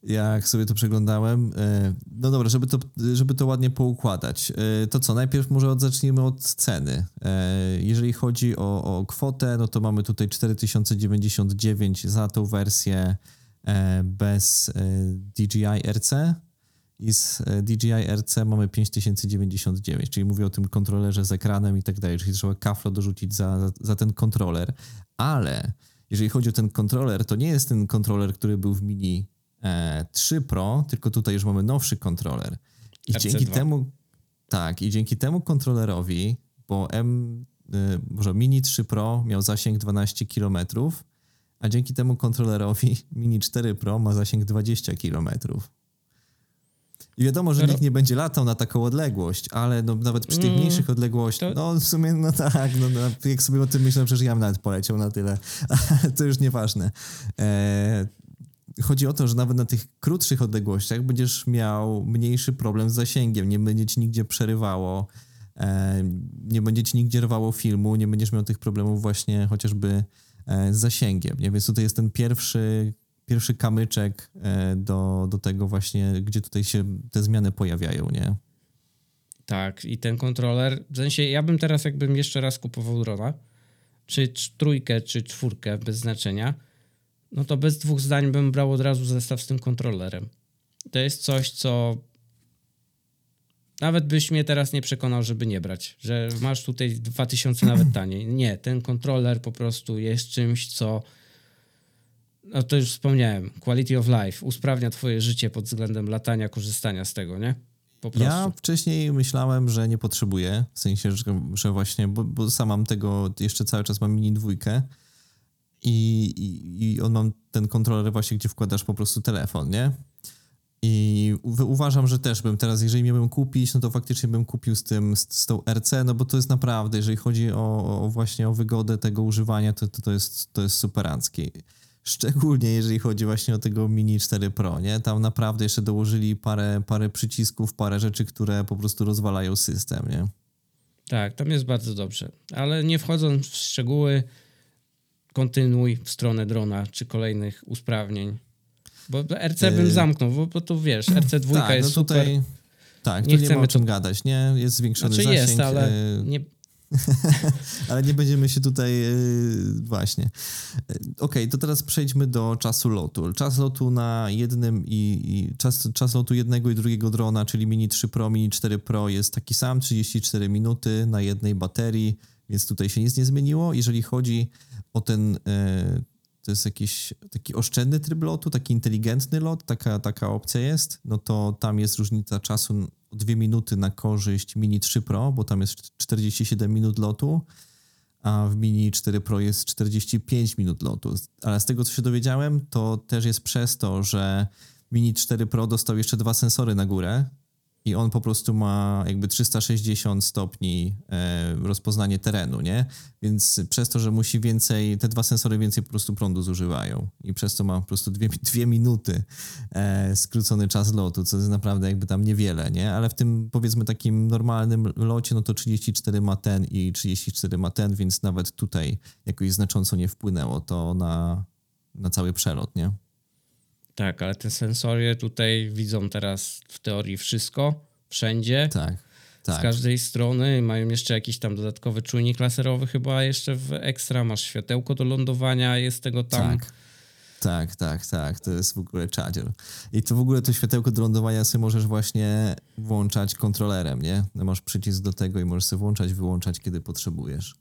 jak sobie to przeglądałem. No dobra, żeby to, żeby to ładnie poukładać. To co, najpierw może zacznijmy od ceny. Jeżeli chodzi o, o kwotę, no to mamy tutaj cztery tysiące dziewięćdziesiąt dziewięć za tą wersję bez D J I R C i z D J I R C mamy pięć tysięcy dziewięćdziesiąt dziewięć, czyli mówię o tym kontrolerze z ekranem i tak dalej, czyli trzeba kaflo dorzucić za, za ten kontroler, ale jeżeli chodzi o ten kontroler, to nie jest ten kontroler, który był w Mini trzy Pro, tylko tutaj już mamy nowszy kontroler. I R C dwa. dzięki temu, tak, i dzięki temu kontrolerowi, bo M, może Mini trzy Pro miał zasięg dwanaście kilometrów, a dzięki temu kontrolerowi Mini cztery Pro ma zasięg dwadzieścia kilometrów. I wiadomo, że nikt nie będzie latał na taką odległość, ale no, nawet przy tych Mm, mniejszych odległościach, to- no w sumie, no tak, no, no, jak sobie o tym myślę, przecież ja bym nawet poleciał na tyle, to już nieważne. E, chodzi o to, że nawet na tych krótszych odległościach będziesz miał mniejszy problem z zasięgiem, nie będzie ci nigdzie przerywało, e, nie będzie ci nigdzie rwało filmu, nie będziesz miał tych problemów właśnie chociażby e, z zasięgiem, nie? Więc tutaj jest ten pierwszy pierwszy kamyczek do, do tego właśnie, gdzie tutaj się te zmiany pojawiają, nie? Tak, i ten kontroler, w sensie ja bym teraz jakbym jeszcze raz kupował drona, czy cz- trójkę, czy czwórkę, bez znaczenia, no to bez dwóch zdań bym brał od razu zestaw z tym kontrolerem. To jest coś, co nawet byś mnie teraz nie przekonał, żeby nie brać, że masz tutaj dwa tysiące nawet taniej. Nie, ten kontroler po prostu jest czymś, co no to już wspomniałem, quality of life, usprawnia twoje życie pod względem latania, korzystania z tego, nie? Po prostu. Ja wcześniej myślałem, że nie potrzebuję, w sensie, że, że właśnie, bo, bo sam mam tego, jeszcze cały czas mam mini dwójkę i, i, i on mam ten kontroler właśnie, gdzie wkładasz po prostu telefon, nie? I u, uważam, że też bym teraz, jeżeli miałbym kupić, no to faktycznie bym kupił z tym, z, z tą R C, no bo to jest naprawdę, jeżeli chodzi o, o właśnie o wygodę tego używania, to, to, to jest, to jest superanckie. Szczególnie jeżeli chodzi właśnie o tego Mini cztery Pro, nie? Tam naprawdę jeszcze dołożyli parę, parę przycisków, parę rzeczy, które po prostu rozwalają system, nie? Tak, tam jest bardzo dobrze. Ale nie wchodząc w szczegóły, kontynuuj w stronę drona czy kolejnych usprawnień. Bo R C bym Yy. zamknął, bo, bo tu wiesz, R C dwa tak, jest no tutaj, super. tak, Nie tu nie ma chcemy o czym to- gadać, nie? Jest zwiększony Znaczy zasięg. jest, ale e, nie, ale nie będziemy się tutaj e, właśnie. E, Okej, to teraz przejdźmy do czasu lotu. Czas lotu na jednym i, i czas, czas lotu jednego i drugiego drona, czyli Mini trzy Pro, Mini cztery Pro jest taki sam, trzydzieści cztery minuty na jednej baterii, więc tutaj się nic nie zmieniło. Jeżeli chodzi o ten, e, to jest jakiś taki oszczędny tryb lotu, taki inteligentny lot, taka, taka opcja jest, no to tam jest różnica czasu o dwie minuty na korzyść Mini trzy Pro, bo tam jest czterdzieści siedem minut lotu, a w Mini cztery Pro jest czterdzieści pięć minut lotu. Ale z tego, co się dowiedziałem, to też jest przez to, że Mini cztery Pro dostał jeszcze dwa sensory na górę i on po prostu ma jakby trzysta sześćdziesiąt stopni e, rozpoznanie terenu, nie? Więc przez to, że musi więcej, te dwa sensory więcej po prostu prądu zużywają i przez to ma po prostu dwie, dwie minuty e, skrócony czas lotu, co jest naprawdę jakby tam niewiele, nie? Ale w tym powiedzmy takim normalnym locie, no to trzydzieści cztery ma ten i trzydzieści cztery ma ten, więc nawet tutaj jakoś znacząco nie wpłynęło to na, na cały przelot, nie? tak, ale te sensory tutaj widzą teraz w teorii wszystko, wszędzie, Tak, z tak. każdej strony. Mają jeszcze jakiś tam dodatkowy czujnik laserowy chyba jeszcze w ekstra, masz światełko do lądowania, jest tego tam. Tak. Tak, tak, tak. To jest w ogóle czadzior. I to w ogóle to światełko do lądowania sobie możesz właśnie włączać kontrolerem, nie? No masz przycisk do tego i możesz sobie włączać, wyłączać, kiedy potrzebujesz.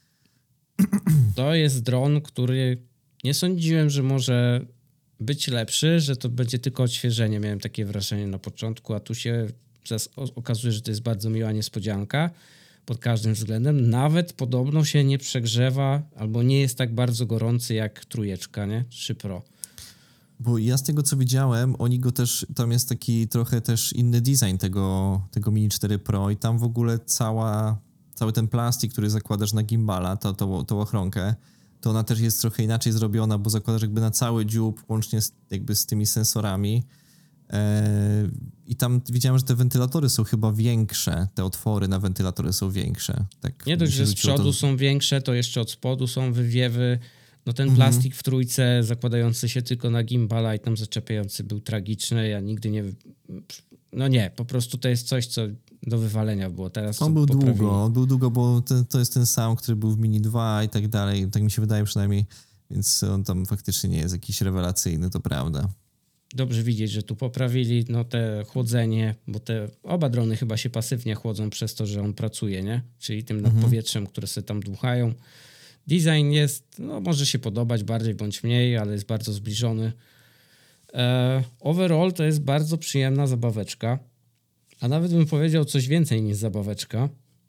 To jest dron, który nie sądziłem, że może być lepszy, że to będzie tylko odświeżenie. Miałem takie wrażenie na początku, a tu się zas- o- okazuje, że to jest bardzo miła niespodzianka pod każdym względem. Nawet podobno się nie przegrzewa albo nie jest tak bardzo gorący jak trójeczka, nie? trzy Pro. Bo ja z tego, co widziałem, oni go też, tam jest taki trochę też inny design tego, tego Mini cztery Pro i tam w ogóle cała, cały ten plastik, który zakładasz na gimbala, to, to, tą ochronkę, to ona też jest trochę inaczej zrobiona, bo zakładasz jakby na cały dziób, łącznie z, jakby z tymi sensorami. Eee, I tam widziałem, że te wentylatory są chyba większe, te otwory na wentylatory są większe. Tak Nie mi dość, się że z rzuciło przodu to- są większe, to jeszcze od spodu są wywiewy No ten plastik w trójce zakładający się tylko na gimbala i tam zaczepiający był tragiczny. Ja nigdy nie... No nie, po prostu to jest coś, co do wywalenia było. Teraz On był poprawili. długo, on był długo, bo ten, to jest ten sam, który był w Mini dwa i tak dalej. Tak mi się wydaje przynajmniej. Więc on tam faktycznie nie jest jakiś rewelacyjny, to prawda. Dobrze widzieć, że tu poprawili no te chłodzenie, bo te oba drony chyba się pasywnie chłodzą przez to, że on pracuje, nie? Czyli tym Mhm. powietrzem, które sobie tam dmuchają. Design jest, no może się podobać bardziej bądź mniej, ale jest bardzo zbliżony. E, overall to jest bardzo przyjemna zabaweczka, a nawet bym powiedział coś więcej niż zabaweczka,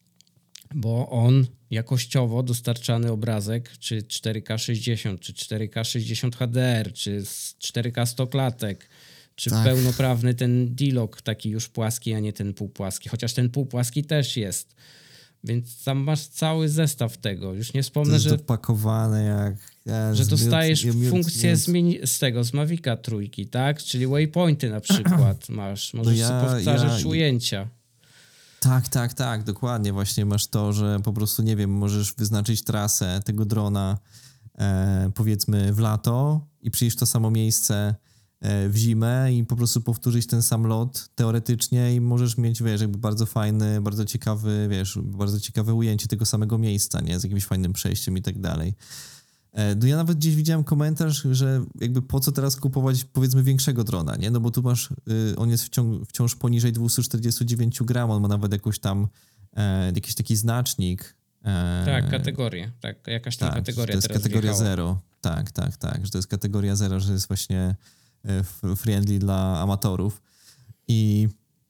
bo on jakościowo dostarczany obrazek, czy cztery K sześćdziesiąt, czy cztery K sześćdziesiąt H D R, czy z cztery K sto klatek, czy Tak. pełnoprawny ten D-Log taki już płaski, a nie ten półpłaski, chociaż ten półpłaski też jest. Więc tam masz cały zestaw tego. Już nie To wspomnę, jest że, dopakowane jak... Ja, że zmiot- dostajesz ja miot- funkcję miot- z, mini, z tego, z Mavica trójki, tak? Czyli waypointy na przykład masz. Możesz ja- sobie powtarzać ja- ujęcia. Tak, tak, tak, dokładnie. Właśnie masz to, że po prostu, nie wiem, możesz wyznaczyć trasę tego drona e, powiedzmy w lato i przyjść w to samo miejsce e, w zimę i po prostu powtórzyć ten sam lot teoretycznie i możesz mieć, wiesz, jakby bardzo fajny, bardzo ciekawy, wiesz, bardzo ciekawe ujęcie tego samego miejsca, nie? Z jakimś fajnym przejściem i tak dalej. E, No ja nawet gdzieś widziałem komentarz, że jakby po co teraz kupować powiedzmy większego drona, nie? No bo tu masz, y, on jest wciąż, wciąż poniżej dwieście czterdzieści dziewięć gram, on ma nawet jakoś tam e, jakiś taki znacznik. E, Tak, kategorię. Tak, jakaś tam tak, kategoria to jest teraz kategoria wjechała. zero. Tak, tak, tak, że to jest kategoria zero, że jest właśnie e, f- friendly dla amatorów. I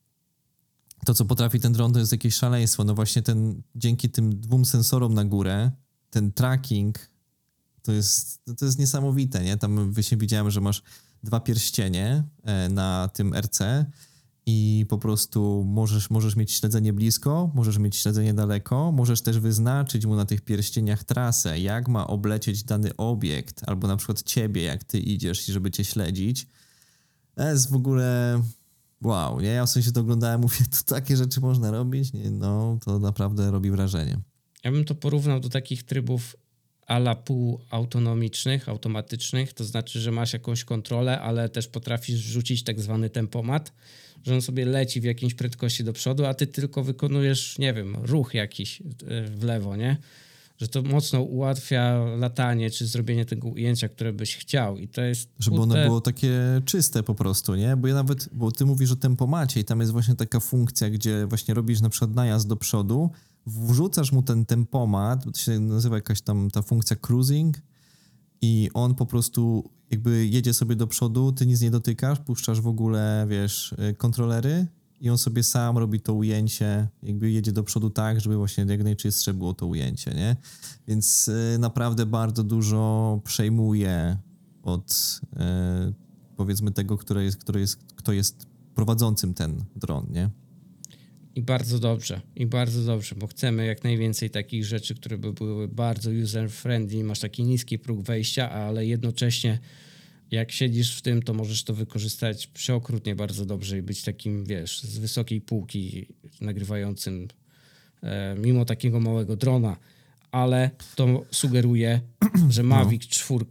to, co potrafi ten dron, to jest jakieś szaleństwo. No właśnie ten, dzięki tym dwóm sensorom na górę, ten tracking to jest, to jest niesamowite, nie? Tam właśnie widziałem, że masz dwa pierścienie e, na tym R C i po prostu możesz, możesz mieć śledzenie blisko, możesz mieć śledzenie daleko, możesz też wyznaczyć mu na tych pierścieniach trasę, jak ma oblecieć dany obiekt, albo na przykład ciebie, jak ty idziesz, żeby cię śledzić. To jest w ogóle wow, nie? Ja w sensie to oglądałem, mówię, to takie rzeczy można robić? Nie, no, to naprawdę robi wrażenie. Ja bym to porównał do takich trybów ala półautonomicznych, automatycznych, to znaczy, że masz jakąś kontrolę, ale też potrafisz wrzucić tak zwany tempomat, że on sobie leci w jakiejś prędkości do przodu, a ty tylko wykonujesz, nie wiem, ruch jakiś w lewo, nie? Że to mocno ułatwia latanie, czy zrobienie tego ujęcia, które byś chciał i to jest... Żeby kurde, ono było takie czyste po prostu, nie? Bo ja nawet, bo ty mówisz o tempomacie i tam jest właśnie taka funkcja, gdzie właśnie robisz na przykład najazd do przodu, wrzucasz mu ten tempomat, to się nazywa jakaś tam ta funkcja cruising i on po prostu jakby jedzie sobie do przodu, ty nic nie dotykasz, puszczasz w ogóle, wiesz, kontrolery i on sobie sam robi to ujęcie, jakby jedzie do przodu tak, żeby właśnie jak najczystsze było to ujęcie, nie? Więc y, naprawdę bardzo dużo przejmuje od y, powiedzmy tego, które jest, które jest, kto jest prowadzącym ten dron, nie? I bardzo dobrze, i bardzo dobrze, bo chcemy jak najwięcej takich rzeczy, które by były bardzo user-friendly, masz taki niski próg wejścia, ale jednocześnie jak siedzisz w tym, to możesz to wykorzystać przeokrutnie bardzo dobrze i być takim, wiesz, z wysokiej półki nagrywającym e, mimo takiego małego drona, ale to sugeruje, że Mavic cztery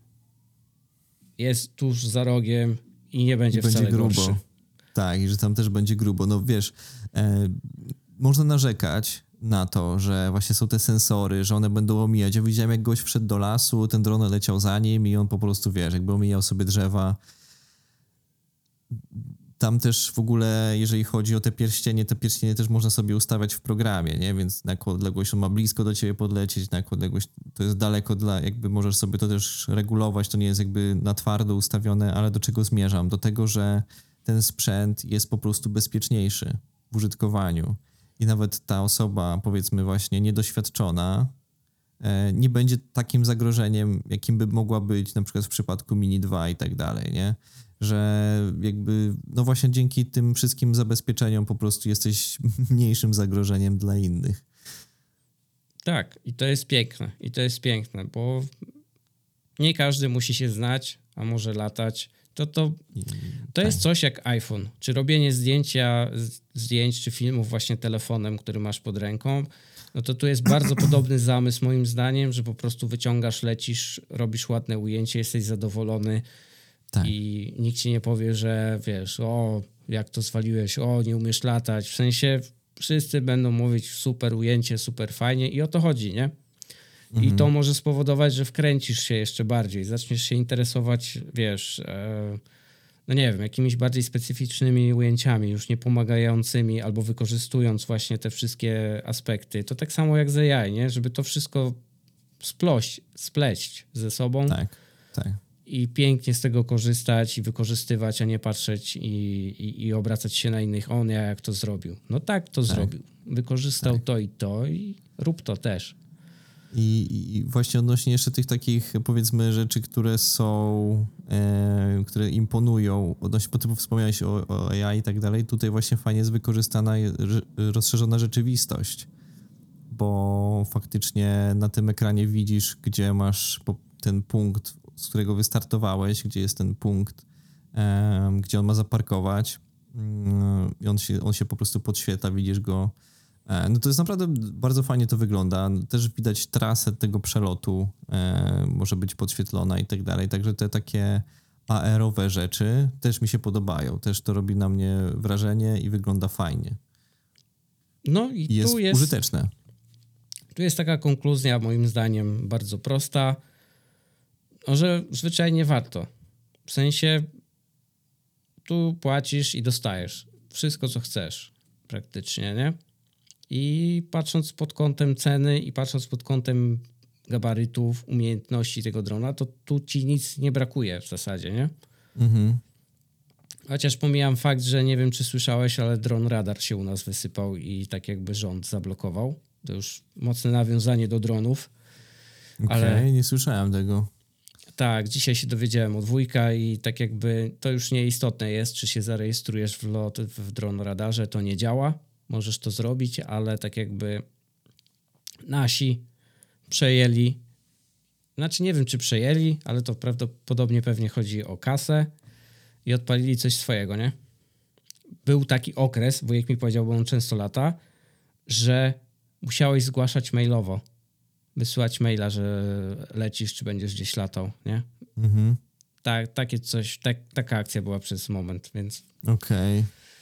jest tuż za rogiem i nie będzie, Będzie wcale grubo. gorszy. Tak, i że tam też będzie grubo. No wiesz, e, można narzekać na to, że właśnie są te sensory, że one będą omijać. Ja widziałem, jak gość wszedł do lasu, ten dron leciał za nim i on po prostu, wiesz, jakby omijał sobie drzewa. Tam też w ogóle, jeżeli chodzi o te pierścienie, te pierścienie też można sobie ustawiać w programie, nie? Więc na jaką odległość on ma blisko do ciebie podlecieć, na jaką odległość to jest daleko dla, jakby możesz sobie to też regulować, to nie jest jakby na twardo ustawione, ale do czego zmierzam? Do tego, że ten sprzęt jest po prostu bezpieczniejszy w użytkowaniu i nawet ta osoba, powiedzmy właśnie niedoświadczona, e, nie będzie takim zagrożeniem, jakim by mogła być na przykład w przypadku Mini dwa i tak dalej, nie? Że jakby, no właśnie dzięki tym wszystkim zabezpieczeniom po prostu jesteś mniejszym zagrożeniem dla innych. Tak, i to jest piękne, i to jest piękne, bo nie każdy musi się znać, a może latać. To, to, to jest coś jak iPhone, czy robienie zdjęcia, zdjęć czy filmów właśnie telefonem, który masz pod ręką, no to tu jest bardzo podobny zamysł moim zdaniem, że po prostu wyciągasz, lecisz, robisz ładne ujęcie, jesteś zadowolony Tak. i nikt ci nie powie, że wiesz, o, jak to zwaliłeś, o, nie umiesz latać. W sensie wszyscy będą mówić super ujęcie, super fajnie i o to chodzi, nie? I to może spowodować, że wkręcisz się jeszcze bardziej, zaczniesz się interesować, wiesz, e, no nie wiem, jakimiś bardziej specyficznymi ujęciami, już nie pomagającymi albo wykorzystując właśnie te wszystkie aspekty. To tak samo jak z A I, nie? Żeby to wszystko splość, spleść ze sobą Tak, tak. i pięknie z tego korzystać i wykorzystywać, a nie patrzeć i, i, i obracać się na innych. On jak to zrobił. No tak to Tak. zrobił. Wykorzystał Tak. to i to i rób to też. I, I właśnie odnośnie jeszcze tych takich, powiedzmy, rzeczy, które są, e, które imponują, odnośnie, bo ty wspomniałeś o, o A I i tak dalej, tutaj właśnie fajnie jest wykorzystana je- rozszerzona rzeczywistość, bo faktycznie na tym ekranie widzisz, gdzie masz po- ten punkt, z którego wystartowałeś, gdzie jest ten punkt, e, gdzie on ma zaparkować mm, i on się, on się po prostu podświetla, widzisz go. No to jest naprawdę bardzo fajnie to wygląda. Też widać trasę tego przelotu, e, może być podświetlona i tak dalej. Także te takie A R-owe rzeczy też mi się podobają. Też to robi na mnie wrażenie i wygląda fajnie. No i, I jest, tu jest użyteczne. Tu jest taka konkluzja, moim zdaniem, bardzo prosta, no, że zwyczajnie warto. W sensie tu płacisz i dostajesz wszystko, co chcesz praktycznie, nie? I patrząc pod kątem ceny i patrząc pod kątem gabarytów, umiejętności tego drona, to tu ci nic nie brakuje w zasadzie, nie? Mhm. Chociaż pomijam fakt, że nie wiem, czy słyszałeś, ale dron radar się u nas wysypał i tak jakby rząd zablokował. To już mocne nawiązanie do dronów. Okej, Ale- nie słyszałem tego. Tak, dzisiaj się dowiedziałem od wujka i tak jakby to już nieistotne jest, czy się zarejestrujesz w lot w dron radarze, to nie działa. Możesz to zrobić, ale tak jakby nasi przejęli, znaczy nie wiem, czy przejęli, ale to prawdopodobnie pewnie chodzi o kasę i odpalili coś swojego, nie? Był taki okres, wujek mi powiedział, bo on często lata, że musiałeś zgłaszać mailowo, wysyłać maila, że lecisz, czy będziesz gdzieś latał, nie? Mhm. Tak, takie coś, tak, taka akcja była przez moment, więc Okej.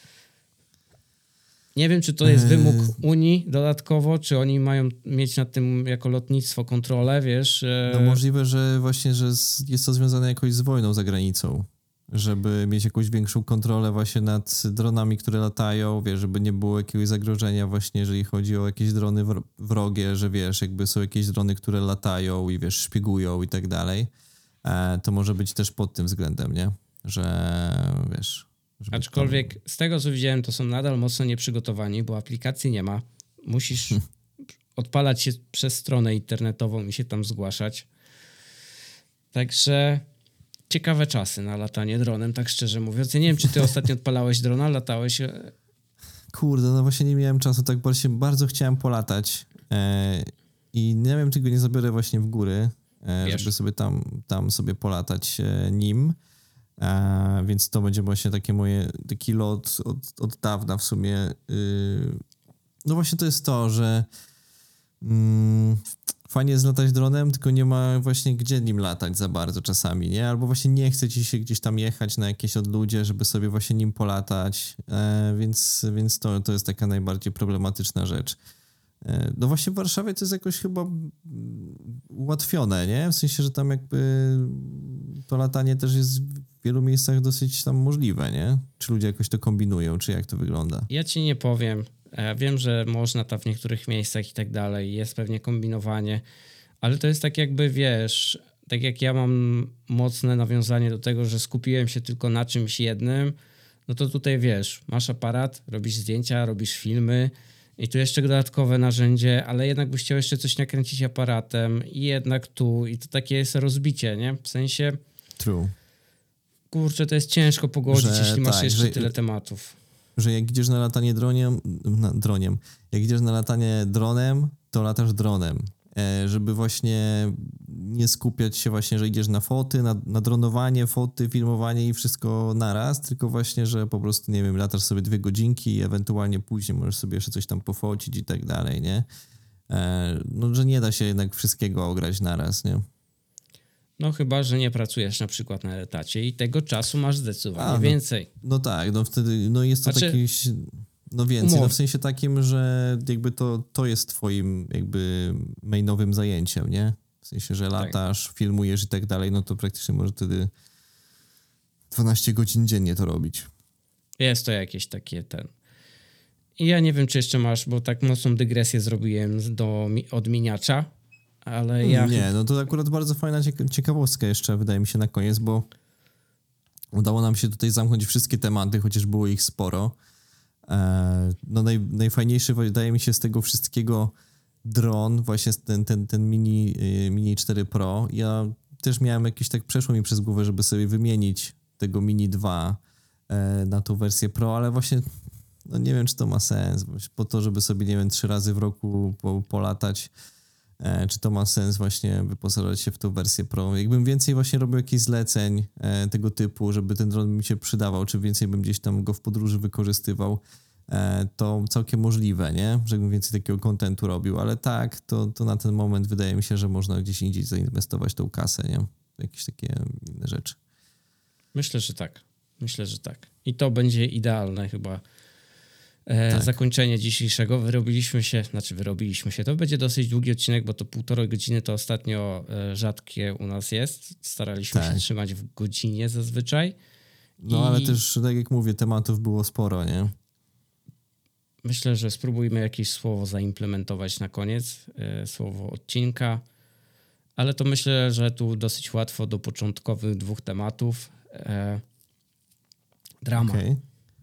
nie wiem, czy to jest wymóg Eee. Unii dodatkowo, czy oni mają mieć nad tym jako lotnictwo kontrolę, wiesz? e, No możliwe, że właśnie, że z- jest to związane jakoś z wojną za granicą. Żeby mieć jakąś większą kontrolę właśnie nad dronami, które latają, wiesz, żeby nie było jakiegoś zagrożenia właśnie, jeżeli chodzi o jakieś drony wro- wrogie, że wiesz, jakby są jakieś drony, które latają i wiesz, szpiegują i tak dalej, e, to może być też pod tym względem, nie? Że wiesz... żeby Aczkolwiek tam- z tego, co widziałem, to są nadal mocno nieprzygotowani, bo aplikacji nie ma. Musisz odpalać się przez stronę internetową i się tam zgłaszać. Także ciekawe czasy na latanie dronem, tak szczerze mówiąc. Ja nie wiem, czy ty ostatnio odpalałeś drona, latałeś... e, Kurde, no właśnie nie miałem czasu, tak bardzo, bardzo chciałem polatać e, i nie wiem, czy go nie zabiorę właśnie w góry, e, Wiesz. żeby sobie tam, tam sobie polatać e, nim, e, więc to będzie właśnie takie moje, taki lot od, od dawna w sumie. Y, no właśnie to jest to, że mm, fajnie jest latać dronem, tylko nie ma właśnie gdzie nim latać za bardzo czasami, nie? Albo właśnie nie chce ci się gdzieś tam jechać na jakieś odludzie, żeby sobie właśnie nim polatać, e, więc, więc to, to jest taka najbardziej problematyczna rzecz. E, no właśnie w Warszawie to jest jakoś chyba mm, ułatwione, nie? W sensie, że tam jakby to latanie też jest w wielu miejscach dosyć tam możliwe, nie? Czy ludzie jakoś to kombinują, czy jak to wygląda? Ja ci nie powiem. E, Wiem, że można tam w niektórych miejscach i tak dalej. Jest pewnie kombinowanie, ale to jest tak jakby, wiesz, tak jak ja mam mocne nawiązanie do tego, że skupiłem się tylko na czymś jednym, no to tutaj wiesz, masz aparat, robisz zdjęcia, robisz filmy i tu jeszcze dodatkowe narzędzie, ale jednak byś chciał jeszcze coś nakręcić aparatem i jednak tu i to takie jest rozbicie, nie? W sensie, True. kurczę, to jest ciężko pogodzić, Że jeśli masz tak, jeszcze że- tyle tematów. Że jak idziesz na latanie droniem, na, droniem, jak idziesz na latanie dronem, to latasz dronem, e, żeby właśnie nie skupiać się właśnie, że idziesz na foty, na, na dronowanie, foty, filmowanie i wszystko naraz, tylko właśnie, że po prostu, nie wiem, latasz sobie dwie godzinki i ewentualnie później możesz sobie jeszcze coś tam pofocić i tak dalej, nie? e, no, że nie da się jednak wszystkiego ograć naraz, nie? No chyba, że nie pracujesz na przykład na etacie i tego czasu masz zdecydowanie A, no, więcej. No tak, no wtedy no jest to Znaczy, taki, no więcej, umow- no w sensie takim, że jakby to, to jest twoim jakby mainowym zajęciem, nie? W sensie, że latasz, tak. filmujesz i tak dalej, no to praktycznie może wtedy dwanaście godzin dziennie to robić. Jest to jakieś takie ten... I ja nie wiem, czy jeszcze masz, bo tak mocną dygresję zrobiłem do odmieniacza, ale ja... Nie, no to akurat bardzo fajna cieka- ciekawostka jeszcze, wydaje mi się, na koniec, bo udało nam się tutaj zamknąć wszystkie tematy, chociaż było ich sporo. E, no naj, najfajniejszy wydaje mi się z tego wszystkiego dron, właśnie ten, ten, ten Mini, Mini cztery Pro. Ja też miałem jakieś, tak przeszło mi przez głowę, żeby sobie wymienić tego Mini dwa e, na tą wersję Pro, ale właśnie no nie wiem, czy to ma sens, po to, żeby sobie, nie wiem, trzy razy w roku po, polatać, e, czy to ma sens właśnie wyposażać się w tą wersję Pro. Jakbym więcej właśnie robił jakichś zleceń e, tego typu, żeby ten dron mi się przydawał, czy więcej bym gdzieś tam go w podróży wykorzystywał, e, to całkiem możliwe, nie? Żebym więcej takiego kontentu robił, ale tak, to, to na ten moment wydaje mi się, że można gdzieś indziej zainwestować tą kasę, nie? Jakieś takie inne rzeczy. Myślę, że tak. Myślę, że tak. I to będzie idealne chyba e, tak. zakończenie dzisiejszego. Wyrobiliśmy się, znaczy wyrobiliśmy się. To będzie dosyć długi odcinek, bo to półtorej godziny to ostatnio e, rzadkie u nas jest. Staraliśmy tak. się trzymać w godzinie zazwyczaj. No I ale też, tak jak mówię, tematów było sporo, nie? myślę, że spróbujmy jakieś słowo zaimplementować na koniec. E, słowo odcinka. Ale to myślę, że tu dosyć łatwo do początkowych dwóch tematów. E, drama. Okay.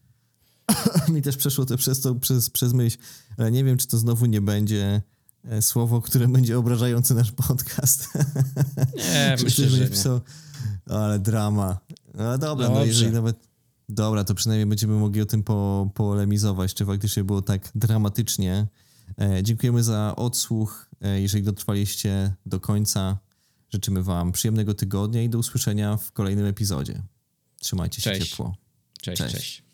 Mi też przeszło to przez, to przez, przez myśl, ale nie wiem, czy to znowu nie będzie słowo, które będzie obrażające nasz podcast. Nie, myślę, że nie. Pisał, ale drama. No dobra, no jeżeli nawet... Dobra, to przynajmniej będziemy mogli o tym po, polemizować, czy faktycznie było tak dramatycznie. E, dziękujemy za odsłuch. E, jeżeli dotrwaliście do końca, życzymy wam przyjemnego tygodnia i do usłyszenia w kolejnym epizodzie. Trzymajcie się cześć. ciepło. Cześć, cześć. cześć.